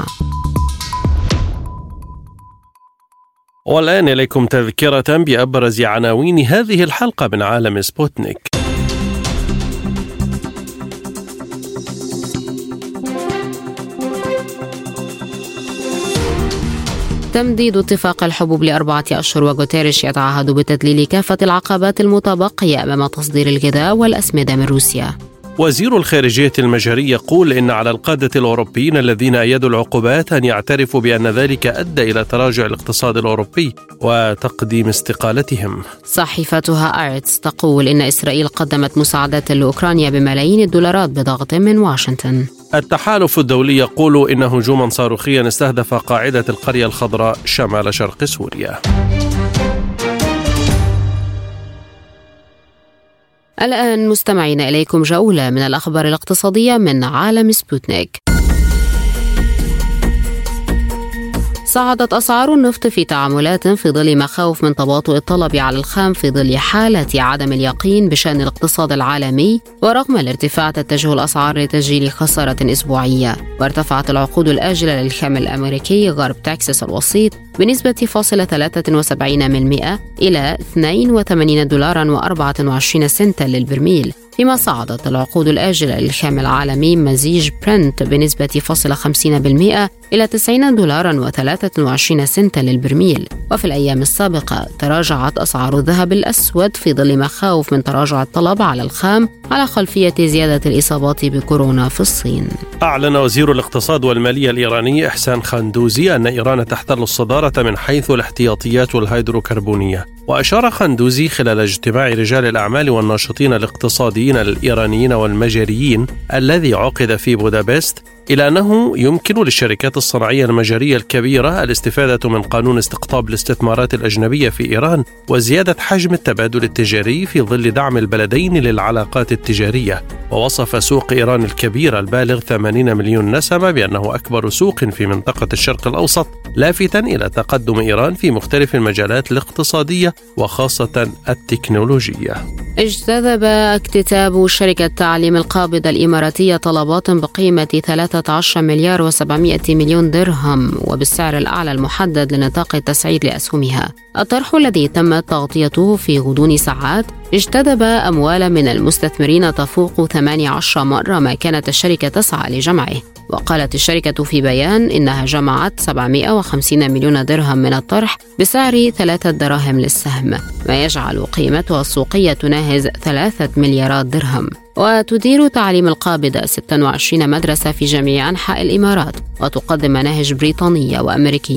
والآن إليكم تذكرة بأبرز عناوين هذه الحلقة من عالم سبوتنيك. تمديد اتفاق الحبوب لأربعة أشهر، وغوتيريش يتعهد بتذليل كافة العقبات المتبقية أمام تصدير الغذاء والأسمدة من روسيا. وزير الخارجية المجري يقول إن على القادة الأوروبيين الذين أيدوا العقوبات أن يعترفوا بأن ذلك أدى إلى تراجع الاقتصاد الأوروبي وتقديم استقالتهم. صحيفتها آرتس تقول إن إسرائيل قدمت مساعدات لأوكرانيا بملايين الدولارات بضغط من واشنطن. التحالف الدولي يقول إن هجوما صاروخيا استهدف قاعدة القرية الخضراء شمال شرق سوريا. الآن مستمعين إليكم جولة من الأخبار الاقتصادية من عالم سبوتنيك. صعدت أسعار النفط في تعاملات في ظل مخاوف من تباطؤ الطلب على الخام في ظل حالة عدم اليقين بشأن الاقتصاد العالمي، ورغم الارتفاع تتجه الأسعار لتسجيل خسارة أسبوعية. وارتفعت العقود الآجلة للخام الأمريكي غرب تكساس الوسيط بنسبة فاصلة ثلاثة وسبعين بالمئة إلى اثنين وثمانين دولارا وأربعة وعشرين سنتا للبرميل، فيما صعدت العقود الآجلة للخام العالمي مزيج برنت بنسبة فاصلة خمسين بالمئة إلى تسعين دولارا وثلاثة وعشرين سنتا للبرميل. وفي الأيام السابقة تراجعت أسعار الذهب الأسود في ظل مخاوف من تراجع الطلب على الخام على خلفية زيادة الإصابات بكورونا في الصين. أعلن وزير الاقتصاد والمالية الإيراني إحسان خندوزي أن إيران تحتل الصدارة من حيث الاحتياطيات الهيدروكربونية. وأشار خندوزي خلال اجتماع رجال الأعمال والناشطين الاقتصاديين الإيرانيين والمجريين الذي عقد في بودابست إلى أنه يمكن للشركات الصناعية المجرية الكبيرة الاستفادة من قانون استقطاب الاستثمارات الأجنبية في إيران وزيادة حجم التبادل التجاري في ظل دعم البلدين للعلاقات التجارية. ووصف سوق إيران الكبير البالغ ثمانين مليون نسمة بأنه أكبر سوق في منطقة الشرق الأوسط، لافتا إلى تقدم إيران في مختلف المجالات الاقتصادية وخاصة التكنولوجية. اجتذب اكتتاب شركة تعليم القابضة الإماراتية طلبات بقيمة ثلاثة عشر مليار وسبعمائة مليون درهم وبالسعر الأعلى المحدد لنطاق التسعير لأسهمها. الطرح الذي تم تغطيته في غضون ساعات اجتذب أموال من المستثمرين تفوق ثمانية عشر مرة ما كانت الشركة تسعى لجمعه. وقالت الشركة في بيان إنها جمعت سبعمائة وخمسين مليون درهم من الطرح بسعر ثلاثة دراهم للسهم، ما يجعل قيمتها السوقية تناهز ثلاثة مليارات درهم. وتدير تعليم القابضة ستة وعشرين مدرسة في جميع أنحاء الإمارات، وتقدم مناهج بريطانية وأمريكية.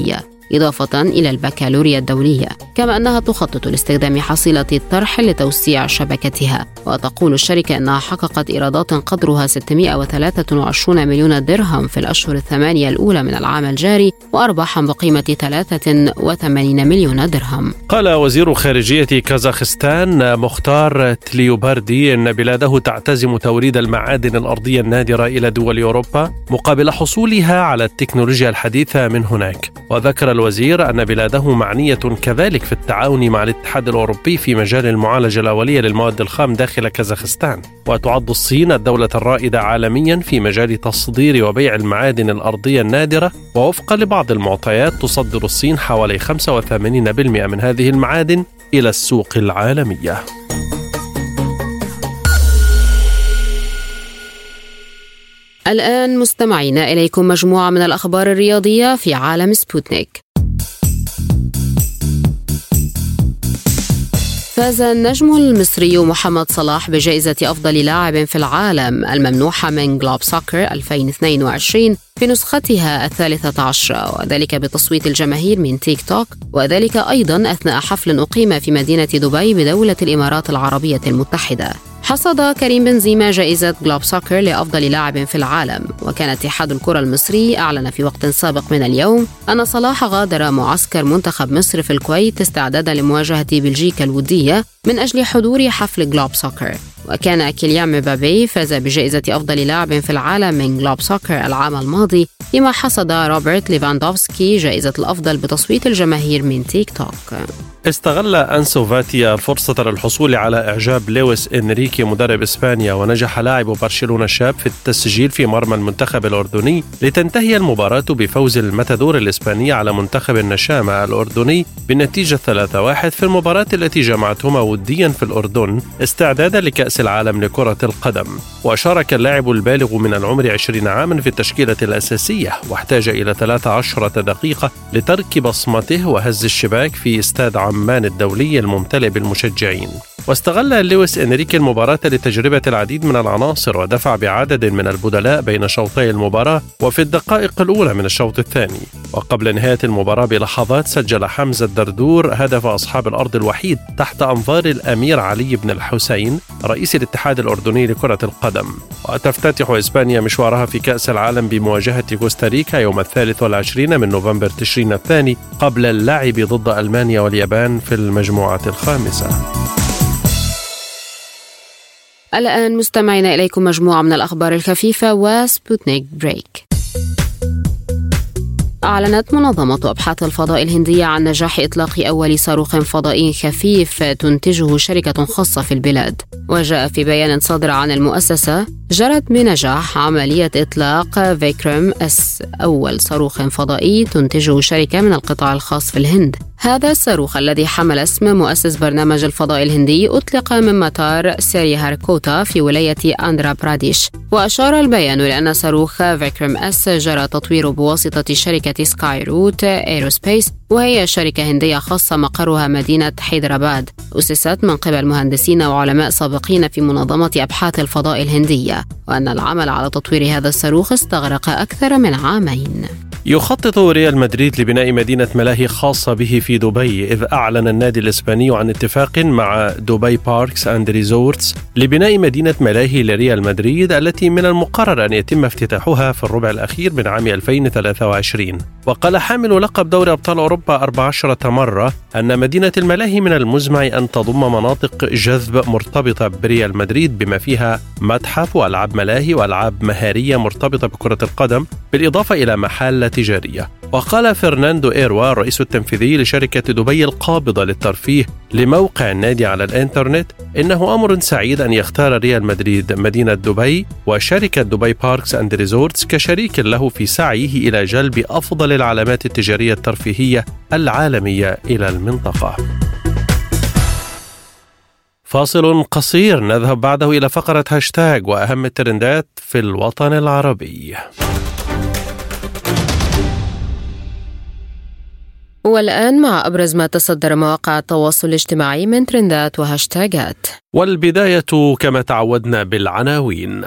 إضافة إلى البكالوريا الدولية، كما أنها تخطط لاستخدام حصيلة الطرح لتوسيع شبكتها. وتقول الشركة أنها حققت إيرادات قدرها ستمائة وثلاثة وعشرين مليون درهم في الأشهر الثمانية الأولى من العام الجاري، وأرباحا بقيمة ثلاثة وثمانين مليون درهم. قال وزير خارجية كازاخستان مختار تليوباردي أن بلاده تعتزم توريد المعادن الأرضية النادرة إلى دول أوروبا مقابل حصولها على التكنولوجيا الحديثة من هناك. وذكر الوزير أن بلاده معنية كذلك في التعاون مع الاتحاد الأوروبي في مجال المعالجة الأولية للمواد الخام داخل كازاخستان. وتعد الصين الدولة الرائدة عالميا في مجال تصدير وبيع المعادن الأرضية النادرة، ووفقا لبعض المعطيات تصدر الصين حوالي خمسة وثمانين بالمئة من هذه المعادن إلى السوق العالمية. الآن مستمعينا إليكم مجموعة من الأخبار الرياضية في عالم سبوتنيك. فاز النجم المصري محمد صلاح بجائزة أفضل لاعب في العالم الممنوحة من جلوب سوكر ألفين واثنين وعشرين في نسختها الثالثة عشرة، وذلك بتصويت الجماهير من تيك توك، وذلك أيضا أثناء حفل أقيم في مدينة دبي بدولة الإمارات العربية المتحدة. حصد كريم بنزيما جائزة جلوب سوكر لأفضل لاعب في العالم. وكان اتحاد الكرة المصري أعلن في وقت سابق من اليوم أن صلاح غادر معسكر منتخب مصر في الكويت استعدادا لمواجهة بلجيكا الودية من أجل حضور حفل جلوب سوكر. وكان كيليان مبابي فاز بجائزة أفضل لاعب في العالم من جلوب سوكر العام الماضي، فيما حصد روبرت ليفاندوفسكي جائزة الأفضل بتصويت الجماهير من تيك توك. استغل أنسو فاتي الفرصة للحصول على إعجاب لويس إنريكي مدرب إسبانيا، ونجح لاعب برشلونة الشاب في التسجيل في مرمى المنتخب الأردني لتنتهي المباراة بفوز المتادور الإسباني على منتخب النشامة الأردني بالنتيجة ثلاثة واحد في المباراة التي جمعتهما وديا في الأردن استعدادا لكأس العالم لكرة القدم. وشارك اللاعب البالغ من العمر عشرين عاما في التشكيلة الأساسية، واحتاج إلى ثلاث عشرة دقيقة لترك بصمته وهز الشباك في استاد عمان الدولي الممتلئ بالمشجعين. واستغل لويس إنريكي المباراة لتجربة العديد من العناصر، ودفع بعدد من البدلاء بين شوطي المباراة وفي الدقائق الأولى من الشوط الثاني. وقبل نهاية المباراة بلحظات سجل حمزة الدردور هدف أصحاب الأرض الوحيد تحت أنظار الأمير علي بن الحسين رئيس الاتحاد الأردني لكرة القدم. وتفتتح إسبانيا مشوارها في كأس العالم بمواجهة كوستاريكا يوم الثالث والعشرين من نوفمبر تشرين الثاني، قبل اللعب ضد ألمانيا واليابان في المجموعة الخامسة. الآن مستمعين إليكم مجموعة من الأخبار الخفيفة وسبوتنيك بريك. أعلنت منظمة أبحاث الفضاء الهندية عن نجاح إطلاق أول صاروخ فضائي خفيف تنتجه شركة خاصة في البلاد. وجاء في بيان صادر عن المؤسسة: جرت بنجاح عملية إطلاق فيكرم اس، أول صاروخ فضائي تنتجه شركة من القطاع الخاص في الهند. هذا الصاروخ الذي حمل اسم مؤسس برنامج الفضاء الهندي أطلق من مطار سريهاركوتا في ولاية آندرا براديش. وأشار البيان لأن صاروخ فيكرم اس جرى تطويره بواسطة شركة سكاي روت ايروسبيس، وهي شركة هندية خاصة مقرها مدينة حيدراباد، أسست من قبل مهندسين وعلماء سابقين في منظمة أبحاث الفضاء الهندية، وأن العمل على تطوير هذا الصاروخ استغرق أكثر من عامين. يخطط ريال مدريد لبناء مدينة ملاهي خاصة به في دبي، إذ أعلن النادي الإسباني عن اتفاق مع دبي باركس أند ريزورتس لبناء مدينة ملاهي لريال مدريد، التي من المقرر أن يتم افتتاحها في الربع الأخير من عام ألفين وثلاثة وعشرين. وقال حامل لقب دوري أبطال أوروبا أربع عشرة مرة أن مدينة الملاهي من المزمع أن تضم مناطق جذب مرتبطة بريال مدريد، بما فيها متحف وألعاب ملاهي وألعاب مهارية مرتبطة بكرة القدم، بالإضافة إلى محل تجارية. وقال فرناندو إيروا الرئيس التنفيذي لشركة دبي القابضة للترفيه لموقع النادي على الإنترنت إنه أمر سعيد أن يختار ريال مدريد مدينة دبي وشركة دبي باركس أند ريزورتس كشريك له في سعيه إلى جلب أفضل العلامات التجارية الترفيهية العالمية إلى المنطقة. فاصل قصير، نذهب بعده إلى فقرة هاشتاج وأهم الترندات في الوطن العربي. والآن مع أبرز ما تصدر مواقع التواصل الاجتماعي من ترندات وهاشتاجات. والبداية كما تعودنا بالعناوين.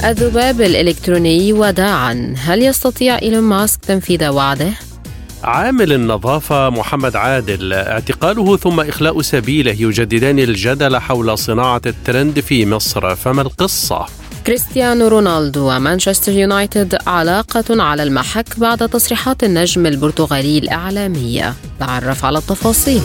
الذباب الإلكتروني وداعا، هل يستطيع إيلون ماسك تنفيذ وعده؟ عامل النظافة محمد عادل اعتقاله ثم إخلاء سبيله يجددان الجدل حول صناعة الترند في مصر، فما القصة؟ كريستيانو رونالدو ومانشستر يونايتد علاقة على المحك بعد تصريحات النجم البرتغالي الإعلامية. تعرف على التفاصيل.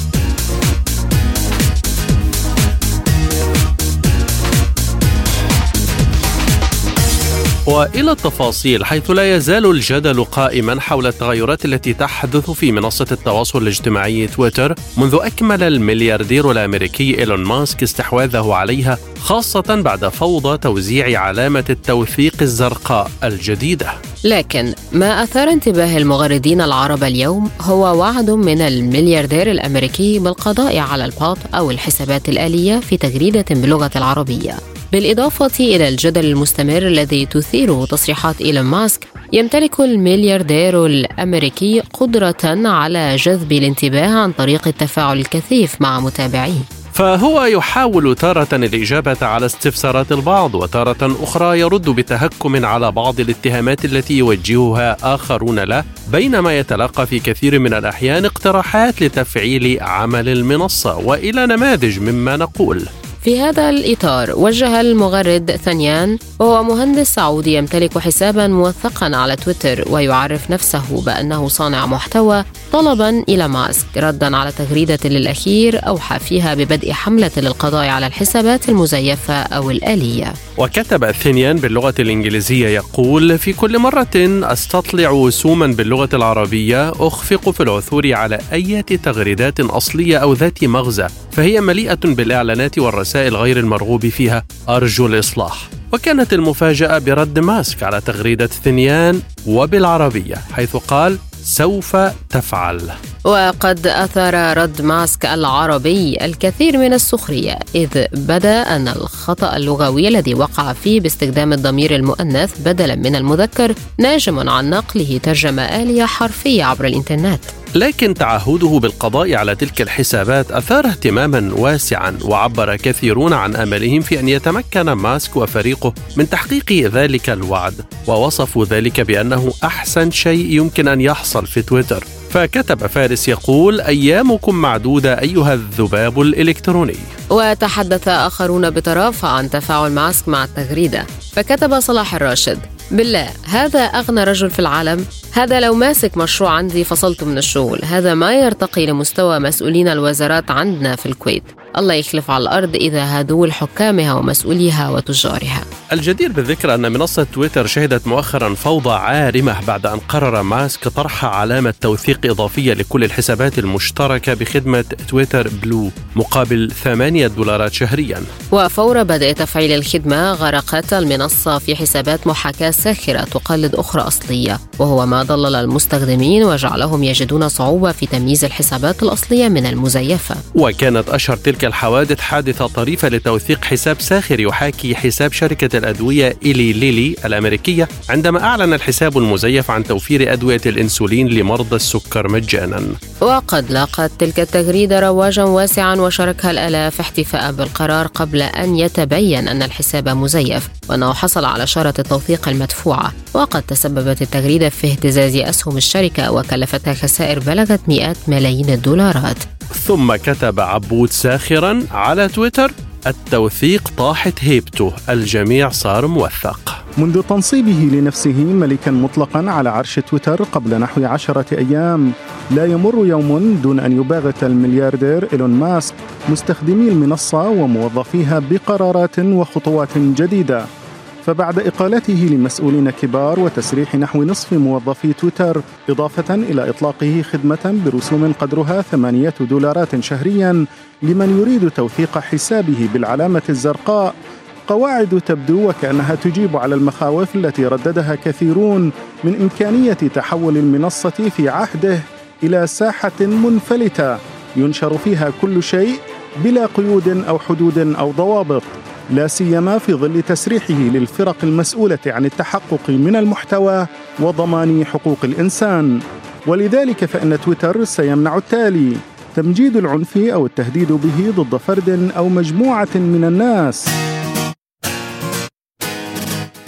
وإلى التفاصيل، حيث لا يزال الجدل قائما حول التغيرات التي تحدث في منصة التواصل الاجتماعي تويتر منذ أكمل الملياردير الأمريكي إيلون ماسك استحواذه عليها، خاصة بعد فوضى توزيع علامة التوثيق الزرقاء الجديدة. لكن ما أثار انتباه المغردين العرب اليوم هو وعد من الملياردير الأمريكي بالقضاء على البوت أو الحسابات الآلية في تغريدة باللغة العربية. بالإضافة إلى الجدل المستمر الذي تثيره تصريحات إيلون ماسك، يمتلك الملياردير الأمريكي قدرة على جذب الانتباه عن طريق التفاعل الكثيف مع متابعيه، فهو يحاول تارة الإجابة على استفسارات البعض، وتارة أخرى يرد بتهكم على بعض الاتهامات التي يوجهها آخرون له، بينما يتلقى في كثير من الأحيان اقتراحات لتفعيل عمل المنصة. وإلى نماذج مما نقول. في هذا الإطار وجه المغرد ثانيان، وهو مهندس سعودي يمتلك حسابا موثقا على تويتر ويعرف نفسه بأنه صانع محتوى، طلبا إلى ماسك ردا على تغريدة للأخير أوحى فيها ببدء حملة للقضاء على الحسابات المزيفة أو الآلية. وكتب ثانيان باللغة الإنجليزية يقول: في كل مرة أستطلع وسوما باللغة العربية أخفق في العثور على أي تغريدات أصلية أو ذات مغزى، فهي مليئة بالإعلانات والرسائل غير المرغوب فيها، أرجو الإصلاح. وكانت المفاجأة برد ماسك على تغريدة ثانيان وبالعربية، حيث قال: سوف تفعل. وقد أثار رد ماسك العربي الكثير من السخرية، إذ بدا أن الخطأ اللغوي الذي وقع فيه باستخدام الضمير المؤنث بدلا من المذكر ناجم عن نقله ترجمة آلية حرفية عبر الإنترنت. لكن تعهده بالقضاء على تلك الحسابات أثار اهتماما واسعا، وعبر كثيرون عن أملهم في أن يتمكن ماسك وفريقه من تحقيق ذلك الوعد، ووصفوا ذلك بأنه أحسن شيء يمكن أن يحصل في تويتر. فكتب فارس يقول: أيامكم معدودة أيها الذباب الإلكتروني. وتحدث آخرون بطرافة عن تفاعل ماسك مع التغريدة، فكتب صلاح الراشد: بالله هذا أغنى رجل في العالم، هذا لو ماسك مشروع عندي فصلته من الشغل، هذا ما يرتقي لمستوى مسؤولين الوزارات عندنا في الكويت، الله يخلف على الأرض إذا هادوا لحكامها ومسؤوليها وتجارها. الجدير بالذكر أن منصة تويتر شهدت مؤخرا فوضى عارمة بعد أن قرر ماسك طرح علامة توثيق إضافية لكل الحسابات المشتركة بخدمة تويتر بلو مقابل ثمانية دولارات شهريا. وفور بدء تفعيل الخدمة غرقت المنصة في حسابات محاكاة ساخرة تقلد أخرى أصلية، وهو ما ضلل المستخدمين وجعلهم يجدون صعوبة في تمييز الحسابات الأصلية من المزيفة. وكانت أشهر تلك الحوادث حادثة طريفة لتوثيق حساب ساخر يحاكي حساب شركة الأدوية إيلي ليلي الأمريكية، عندما أعلن الحساب المزيف عن توفير أدوية الإنسولين لمرضى السكر مجانا. وقد لاقت تلك التغريدة رواجا واسعا وشاركها الآلاف احتفاء بالقرار قبل أن يتبين أن الحساب مزيف وأنه حصل على شارة التوثيق المدفوعة. وقد تسببت التغريدة في اهتزاز أسهم الشركة وكلفتها خسائر بلغت مئات ملايين الدولارات. ثم كتب عبود ساخرا على تويتر: التوثيق طاحت هيبته، الجميع صار موثق. منذ تنصيبه لنفسه ملكا مطلقا على عرش تويتر قبل نحو عشرة أيام، لا يمر يوم دون أن يباغت الملياردير إيلون ماسك مستخدمي المنصة وموظفيها بقرارات وخطوات جديدة. فبعد إقالته لمسؤولين كبار وتسريح نحو نصف موظفي تويتر، إضافة إلى إطلاقه خدمة برسوم قدرها ثمانية دولارات شهريا لمن يريد توثيق حسابه بالعلامة الزرقاء، قواعد تبدو وكأنها تجيب على المخاوف التي رددها كثيرون من إمكانية تحول المنصة في عهده إلى ساحة منفلتة ينشر فيها كل شيء بلا قيود أو حدود أو ضوابط، لا سيما في ظل تسريحه للفرق المسؤولة عن التحقق من المحتوى وضمان حقوق الإنسان. ولذلك فإن تويتر سيمنع التالي: تمجيد العنف أو التهديد به ضد فرد أو مجموعة من الناس.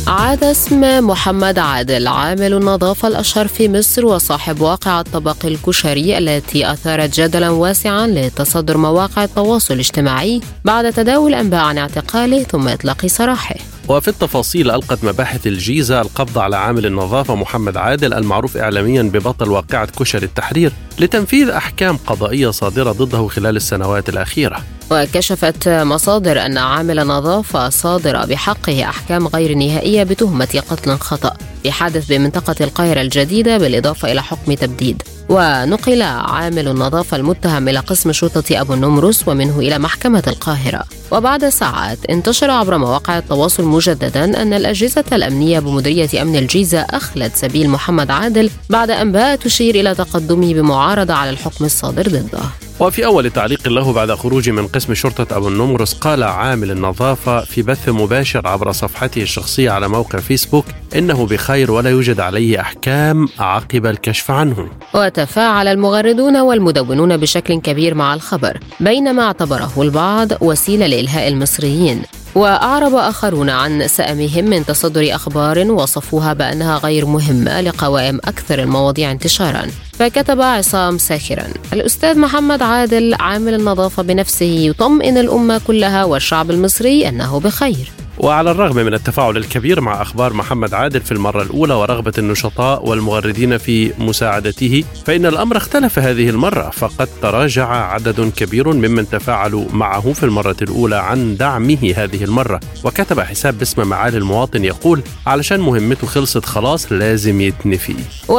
عاد اسم محمد عادل عامل النظافة الأشهر في مصر وصاحب واقعة طبق الكشري التي أثارت جدلا واسعا لتصدر مواقع التواصل الاجتماعي بعد تداول أنباء عن اعتقاله ثم إطلاق سراحه. وفي التفاصيل ألقت مباحث الجيزة القبض على عامل النظافة محمد عادل المعروف إعلاميا ببطل واقعة كشري التحرير لتنفيذ أحكام قضائية صادرة ضده خلال السنوات الأخيرة. وكشفت مصادر أن عامل النظافة صادر بحقه أحكام غير نهائية بتهمة قتل خطأ في حادث بمنطقة القاهرة الجديدة بالإضافة إلى حكم تبديد. ونقل عامل النظافة المتهم إلى قسم شرطة أبو النمرس ومنه إلى محكمة القاهرة. وبعد ساعات انتشر عبر مواقع التواصل مجددا أن الأجهزة الأمنية بمديرية أمن الجيزة أخلت سبيل محمد عادل بعد أنباء تشير إلى تقدمه بمعارضة على الحكم الصادر ضده. وفي أول تعليق له بعد خروجه من قسم شرطة أبو النمرس قال عامل النظافة في بث مباشر عبر صفحته الشخصية على موقع فيسبوك إنه بخير ولا يوجد عليه أحكام عقب الكشف عنه. وتفاعل المغردون والمدونون بشكل كبير مع الخبر بينما اعتبره البعض وسيلة لإلهاء المصريين، وأعرب آخرون عن سأمهم من تصدر أخبار وصفوها بأنها غير مهمة لقوائم أكثر المواضيع انتشاراً. فكتب عصام ساخراً: الأستاذ محمد عادل عامل النظافة بنفسه يطمئن الأمة كلها والشعب المصري أنه بخير. وعلى الرغم من التفاعل الكبير مع أخبار محمد عادل في المرة الأولى ورغبة النشطاء والمغردين في مساعدته، فإن الأمر اختلف هذه المرة، فقد تراجع عدد كبير ممن تفاعلوا معه في المرة الأولى عن دعمه هذه المرة. وكتب حساب باسم معالي المواطن يقول: علشان مهمته خلصت خلاص لازم يتنفي.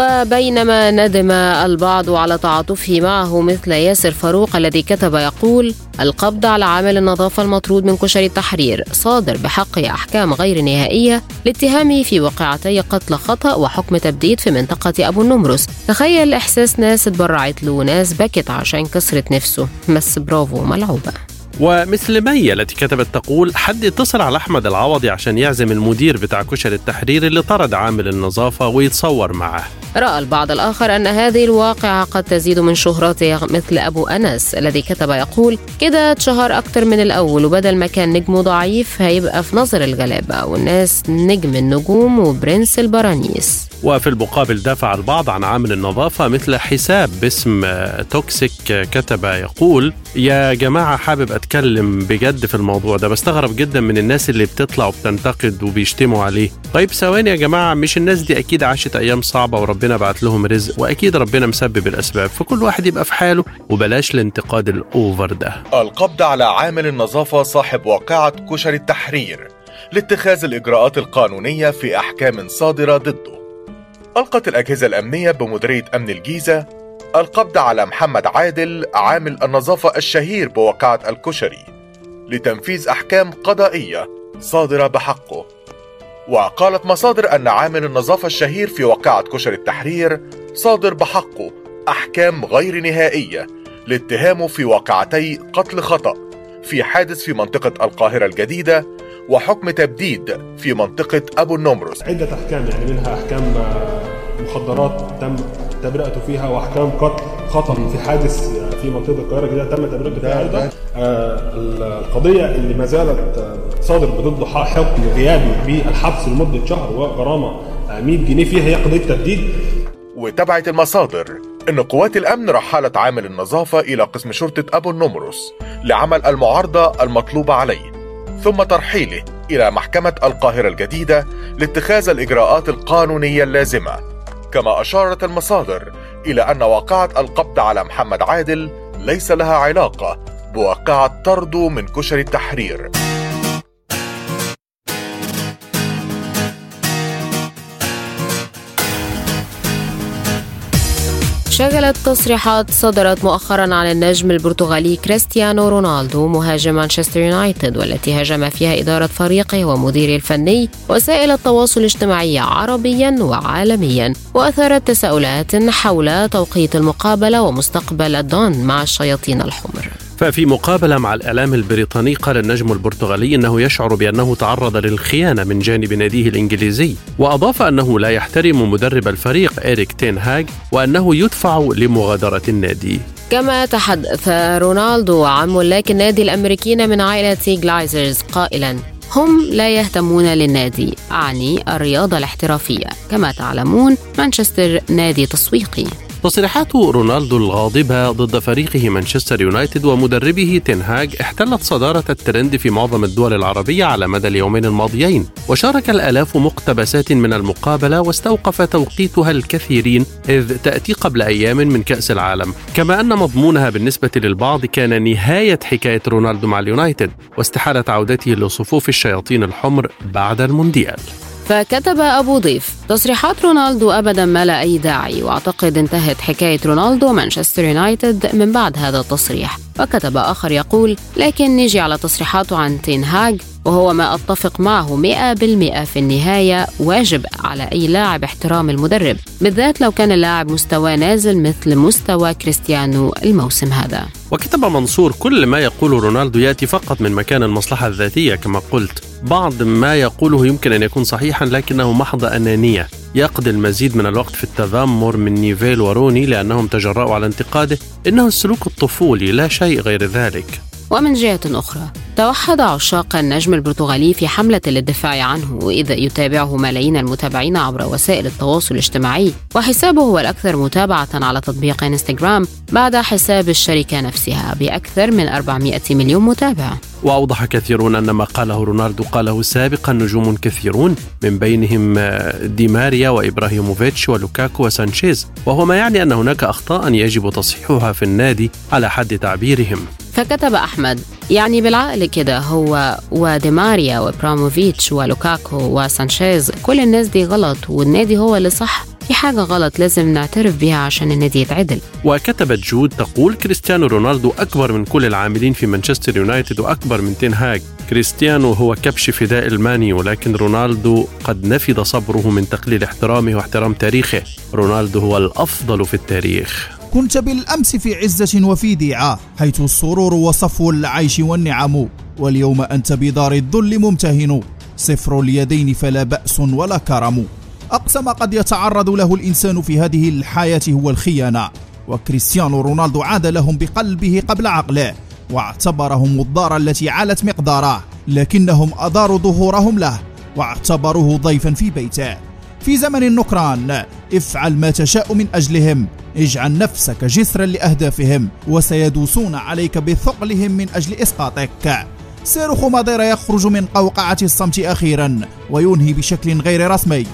وبينما ندم البعض على تعاطفه معه مثل ياسر فاروق الذي كتب يقول: القبض على عامل النظافة المطرود من كشري التحرير صادر بحق أحكام غير نهائية لاتهامه في واقعتي قتل خطأ وحكم تبديد في منطقة أبو النمرس. تخيل إحساس ناس اتبرعت له وناس بكت عشان كسرت نفسه. بس برافو، ملعوبة. ومثل مي التي كتبت تقول: حد يتصل على أحمد العوضي عشان يعزم المدير بتاع كشري التحرير اللي طرد عامل النظافة ويتصور معه. رأى البعض الآخر أن هذه الواقعة قد تزيد من شهرته مثل أبو أنس الذي كتب يقول: كده اتشهر أكتر من الأول وبدل ما كان نجمه ضعيف هيبقى في نظر الغلابة والناس نجم النجوم وبرنس البرانيس. وفي المقابل دافع البعض عن عامل النظافة مثل حساب باسم توكسيك كتب يقول: يا جماعة حابب أتكلم بجد في الموضوع ده، بستغرب جدا من الناس اللي بتطلع وبتنتقد وبيشتموا عليه. طيب ثواني يا جماعة، مش الناس دي أكيد عاشت أيام صعبة وربنا بعت لهم رزق، وأكيد ربنا مسبب الأسباب، فكل واحد يبقى في حاله وبلاش الانتقاد الأوفر ده. القبض على عامل النظافة صاحب واقعة كشري التحرير لاتخاذ الإجراءات القانونية في أحكام صادرة ضده. ألقت الأجهزة الأمنية بمديرية أمن الجيزة القبض على محمد عادل عامل النظافة الشهير بواقعة الكشري لتنفيذ أحكام قضائية صادرة بحقه. وقالت مصادر أن عامل النظافة الشهير في واقعة كشري التحرير صادر بحقه أحكام غير نهائية لاتهامه في واقعتي قتل خطأ في حادث في منطقة القاهرة الجديدة وحكم تبديد في منطقة أبو النمرس. عدة أحكام، يعني منها أحكام مخدرات تم تبرئته فيها، وأحكام قتل خطأ في حادث في منطقة القاهرة الجديدة تم تبرئته فيها أيضا. القضية اللي ما زالت صادر ضده حكم غيابي بالحبس لمدة شهر وغرامة مئة جنيه فيها هي قضية تبديد. وتبعت المصادر أن قوات الأمن رحلت عامل النظافة إلى قسم شرطة أبو النمرس لعمل المعارضة المطلوبة عليه، ثم ترحيله إلى محكمة القاهرة الجديدة لاتخاذ الإجراءات القانونية اللازمة. كما أشارت المصادر إلى أن واقعة القبض على محمد عادل ليس لها علاقة بواقعة طرده من كشري التحرير. شغلت تصريحات صدرت مؤخرا عن النجم البرتغالي كريستيانو رونالدو مهاجم مانشستر يونايتد، والتي هاجم فيها إدارة فريقه ومديره الفني وسائل التواصل الاجتماعي عربيا وعالميا، وأثارت تساؤلات حول توقيت المقابلة ومستقبل الدون مع الشياطين الحمر. ففي مقابلة مع الإعلام البريطاني قال النجم البرتغالي أنه يشعر بأنه تعرض للخيانة من جانب ناديه الإنجليزي، وأضاف أنه لا يحترم مدرب الفريق إريك تين هاغ وأنه يدفع لمغادرة النادي. كما تحدث رونالدو عن ملاك النادي الأمريكيين من عائلة جلايزرز قائلا: هم لا يهتمون للنادي، أعني الرياضة الاحترافية. كما تعلمون مانشستر نادي تسويقي. تصريحات رونالدو الغاضبة ضد فريقه مانشستر يونايتد ومدربه تنهاج احتلت صدارة الترند في معظم الدول العربية على مدى اليومين الماضيين، وشارك الآلاف مقتبسات من المقابلة واستوقف توقيتها الكثيرين إذ تأتي قبل أيام من كأس العالم، كما أن مضمونها بالنسبة للبعض كان نهاية حكاية رونالدو مع اليونايتد واستحالة عودته لصفوف الشياطين الحمر بعد المونديال. فكتب أبو ضيف: تصريحات رونالدو أبدا ما لا أي داعي، وأعتقد انتهت حكاية رونالدو ومانشستر يونايتد من بعد هذا التصريح. وكتب آخر يقول: لكن نيجي على تصريحاته عن تنهاج، وهو ما أتفق معه مئة بالمئة. في النهاية واجب على أي لاعب احترام المدرب، بالذات لو كان اللاعب مستوى نازل مثل مستوى كريستيانو الموسم هذا. وكتب منصور: كل ما يقول رونالدو يأتي فقط من مكان المصلحة الذاتية كما قلت، بعض ما يقوله يمكن أن يكون صحيحا لكنه محض أنانية، يقضي المزيد من الوقت في التذمر من نيفيل وروني لأنهم تجرأوا على انتقاده، إنه السلوك الطفولي لا شيء غير ذلك. ومن جهة أخرى توحد عشاق النجم البرتغالي في حملة للدفاع عنه، إذ يتابعه ملايين المتابعين عبر وسائل التواصل الاجتماعي، وحسابه هو الأكثر متابعة على تطبيق انستغرام بعد حساب الشركة نفسها بأكثر من أربعمئة مليون متابع. وأوضح كثيرون أن ما قاله رونالدو قاله سابقا نجوم كثيرون من بينهم دي ماريا وإبراهيموفيتش ولوكاكو وسانشيز، وهو ما يعني أن هناك أخطاء يجب تصحيحها في النادي على حد تعبيرهم. فكتب أحمد: يعني بالعقل كده هو ودي ماريا وإبراهيموفيتش ولوكاكو وسانشيز كل الناس دي غلط والنادي هو اللي صح، في حاجة غلط لازم نعترف بها عشان النادي يتعدل. وكتبت جود تقول: كريستيانو رونالدو أكبر من كل العاملين في مانشستر يونايتد وأكبر من تنهاج. كريستيانو هو كبش فداء الماني، ولكن رونالدو قد نفد صبره من تقليل احترامه واحترام تاريخه. رونالدو هو الأفضل في التاريخ. كنت بالأمس في عزة وفي ديعة، حيث السرور وصفو العيش والنعم، واليوم أنت بدار الذل ممتهن، صفر اليدين فلا بأس ولا كرم. أقسم قد يتعرض له الإنسان في هذه الحياة هو الخيانة، وكريستيانو رونالدو عاد لهم بقلبه قبل عقله، واعتبرهم الدار التي علت مقداره، لكنهم أداروا ظهورهم له واعتبروه ضيفا في بيته. في زمن النكران افعل ما تشاء من أجلهم، اجعل نفسك جسرا لأهدافهم، وسيدوسون عليك بثقلهم من أجل إسقاطك. صاروخ ماديرا يخرج من قوقعة الصمت أخيرا وينهي بشكل غير رسمي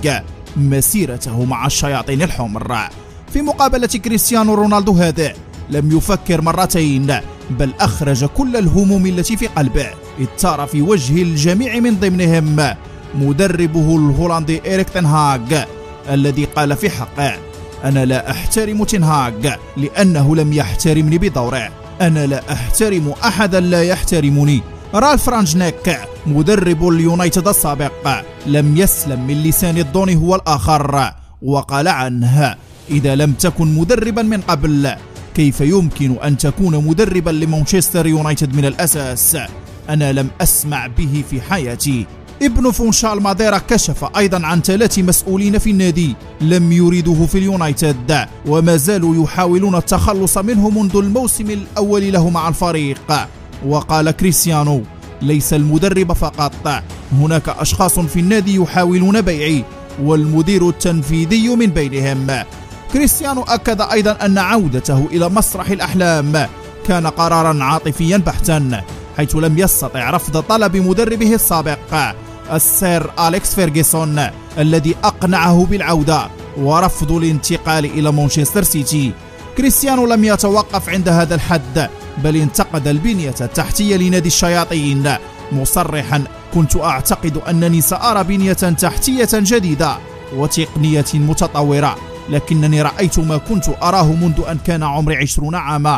مسيرته مع الشياطين الحمر. في مقابلة كريستيانو رونالدو هذا لم يفكر مرتين، بل أخرج كل الهموم التي في قلبه، اثار في وجه الجميع من ضمنهم مدربه الهولندي إريك تنهاج، الذي قال في حقه: أنا لا أحترم تنهاج لأنه لم يحترمني بدوره، أنا لا أحترم أحدا لا يحترمني. رالف رانجنيك مدرب اليونايتد السابق لم يسلم من لسان الضون هو الآخر، وقال عنه: إذا لم تكن مدربا من قبل كيف يمكن أن تكون مدربا لمانشستر يونايتد من الأساس؟ أنا لم أسمع به في حياتي. ابن فونشال ماديرا كشف أيضا عن ثلاث مسؤولين في النادي لم يريدوه في اليونايتد، وما زالوا يحاولون التخلص منه منذ الموسم الأول له مع الفريق. وقال كريستيانو: ليس المدرب فقط، هناك أشخاص في النادي يحاولون بيعي، والمدير التنفيذي من بينهم. كريستيانو أكد أيضا أن عودته إلى مسرح الأحلام كان قرارا عاطفيا بحتا، حيث لم يستطع رفض طلب مدربه السابق السير أليكس فيرغسون الذي أقنعه بالعودة ورفض الانتقال إلى مانشستر سيتي. كريستيانو لم يتوقف عند هذا الحد، بل انتقد البنية التحتية لنادي الشياطين مصرحا: كنت أعتقد أنني سأرى بنية تحتية جديدة وتقنية متطورة، لكنني رأيت ما كنت أراه منذ أن كان عمري عشرون عاما.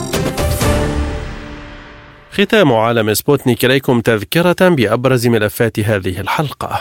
ختام عالم سبوتنيك إليكم تذكرة بأبرز ملفات هذه الحلقة.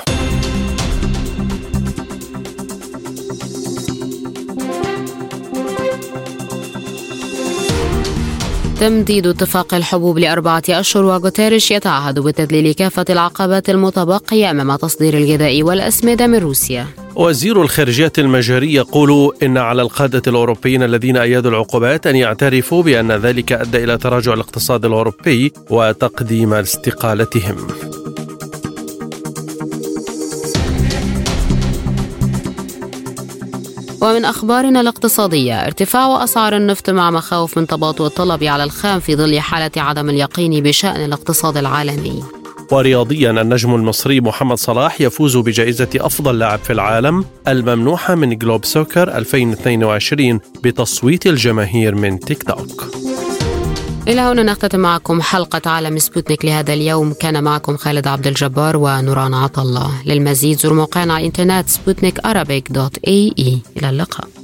تمديد اتفاق الحبوب لأربعة أشهر، وغوتيريش يتعهد بتذليل كافة العقبات المتبقية أمام تصدير الغذاء والأسمدة من روسيا. وزير الخارجية المجري يقول إن على القادة الأوروبيين الذين أيدوا العقوبات أن يعترفوا بأن ذلك أدى إلى تراجع الاقتصاد الأوروبي وتقديم استقالتهم. ومن أخبارنا الاقتصادية، ارتفاع أسعار النفط مع مخاوف من تباطؤ الطلب على الخام في ظل حالة عدم اليقين بشأن الاقتصاد العالمي. ورياضيا، النجم المصري محمد صلاح يفوز بجائزة أفضل لاعب في العالم الممنوحة من جلوب سوكر ألفين واثنين وعشرين بتصويت الجماهير من تيك توك. إلى هنا نختتم معكم حلقة عالم سبوتنيك لهذا اليوم. كان معكم خالد عبد الجبار ونوران عطا الله. للمزيد زوروا موقعنا على الإنترنت سبوتنيك أرابيك دوت إي إي. إلى اللقاء.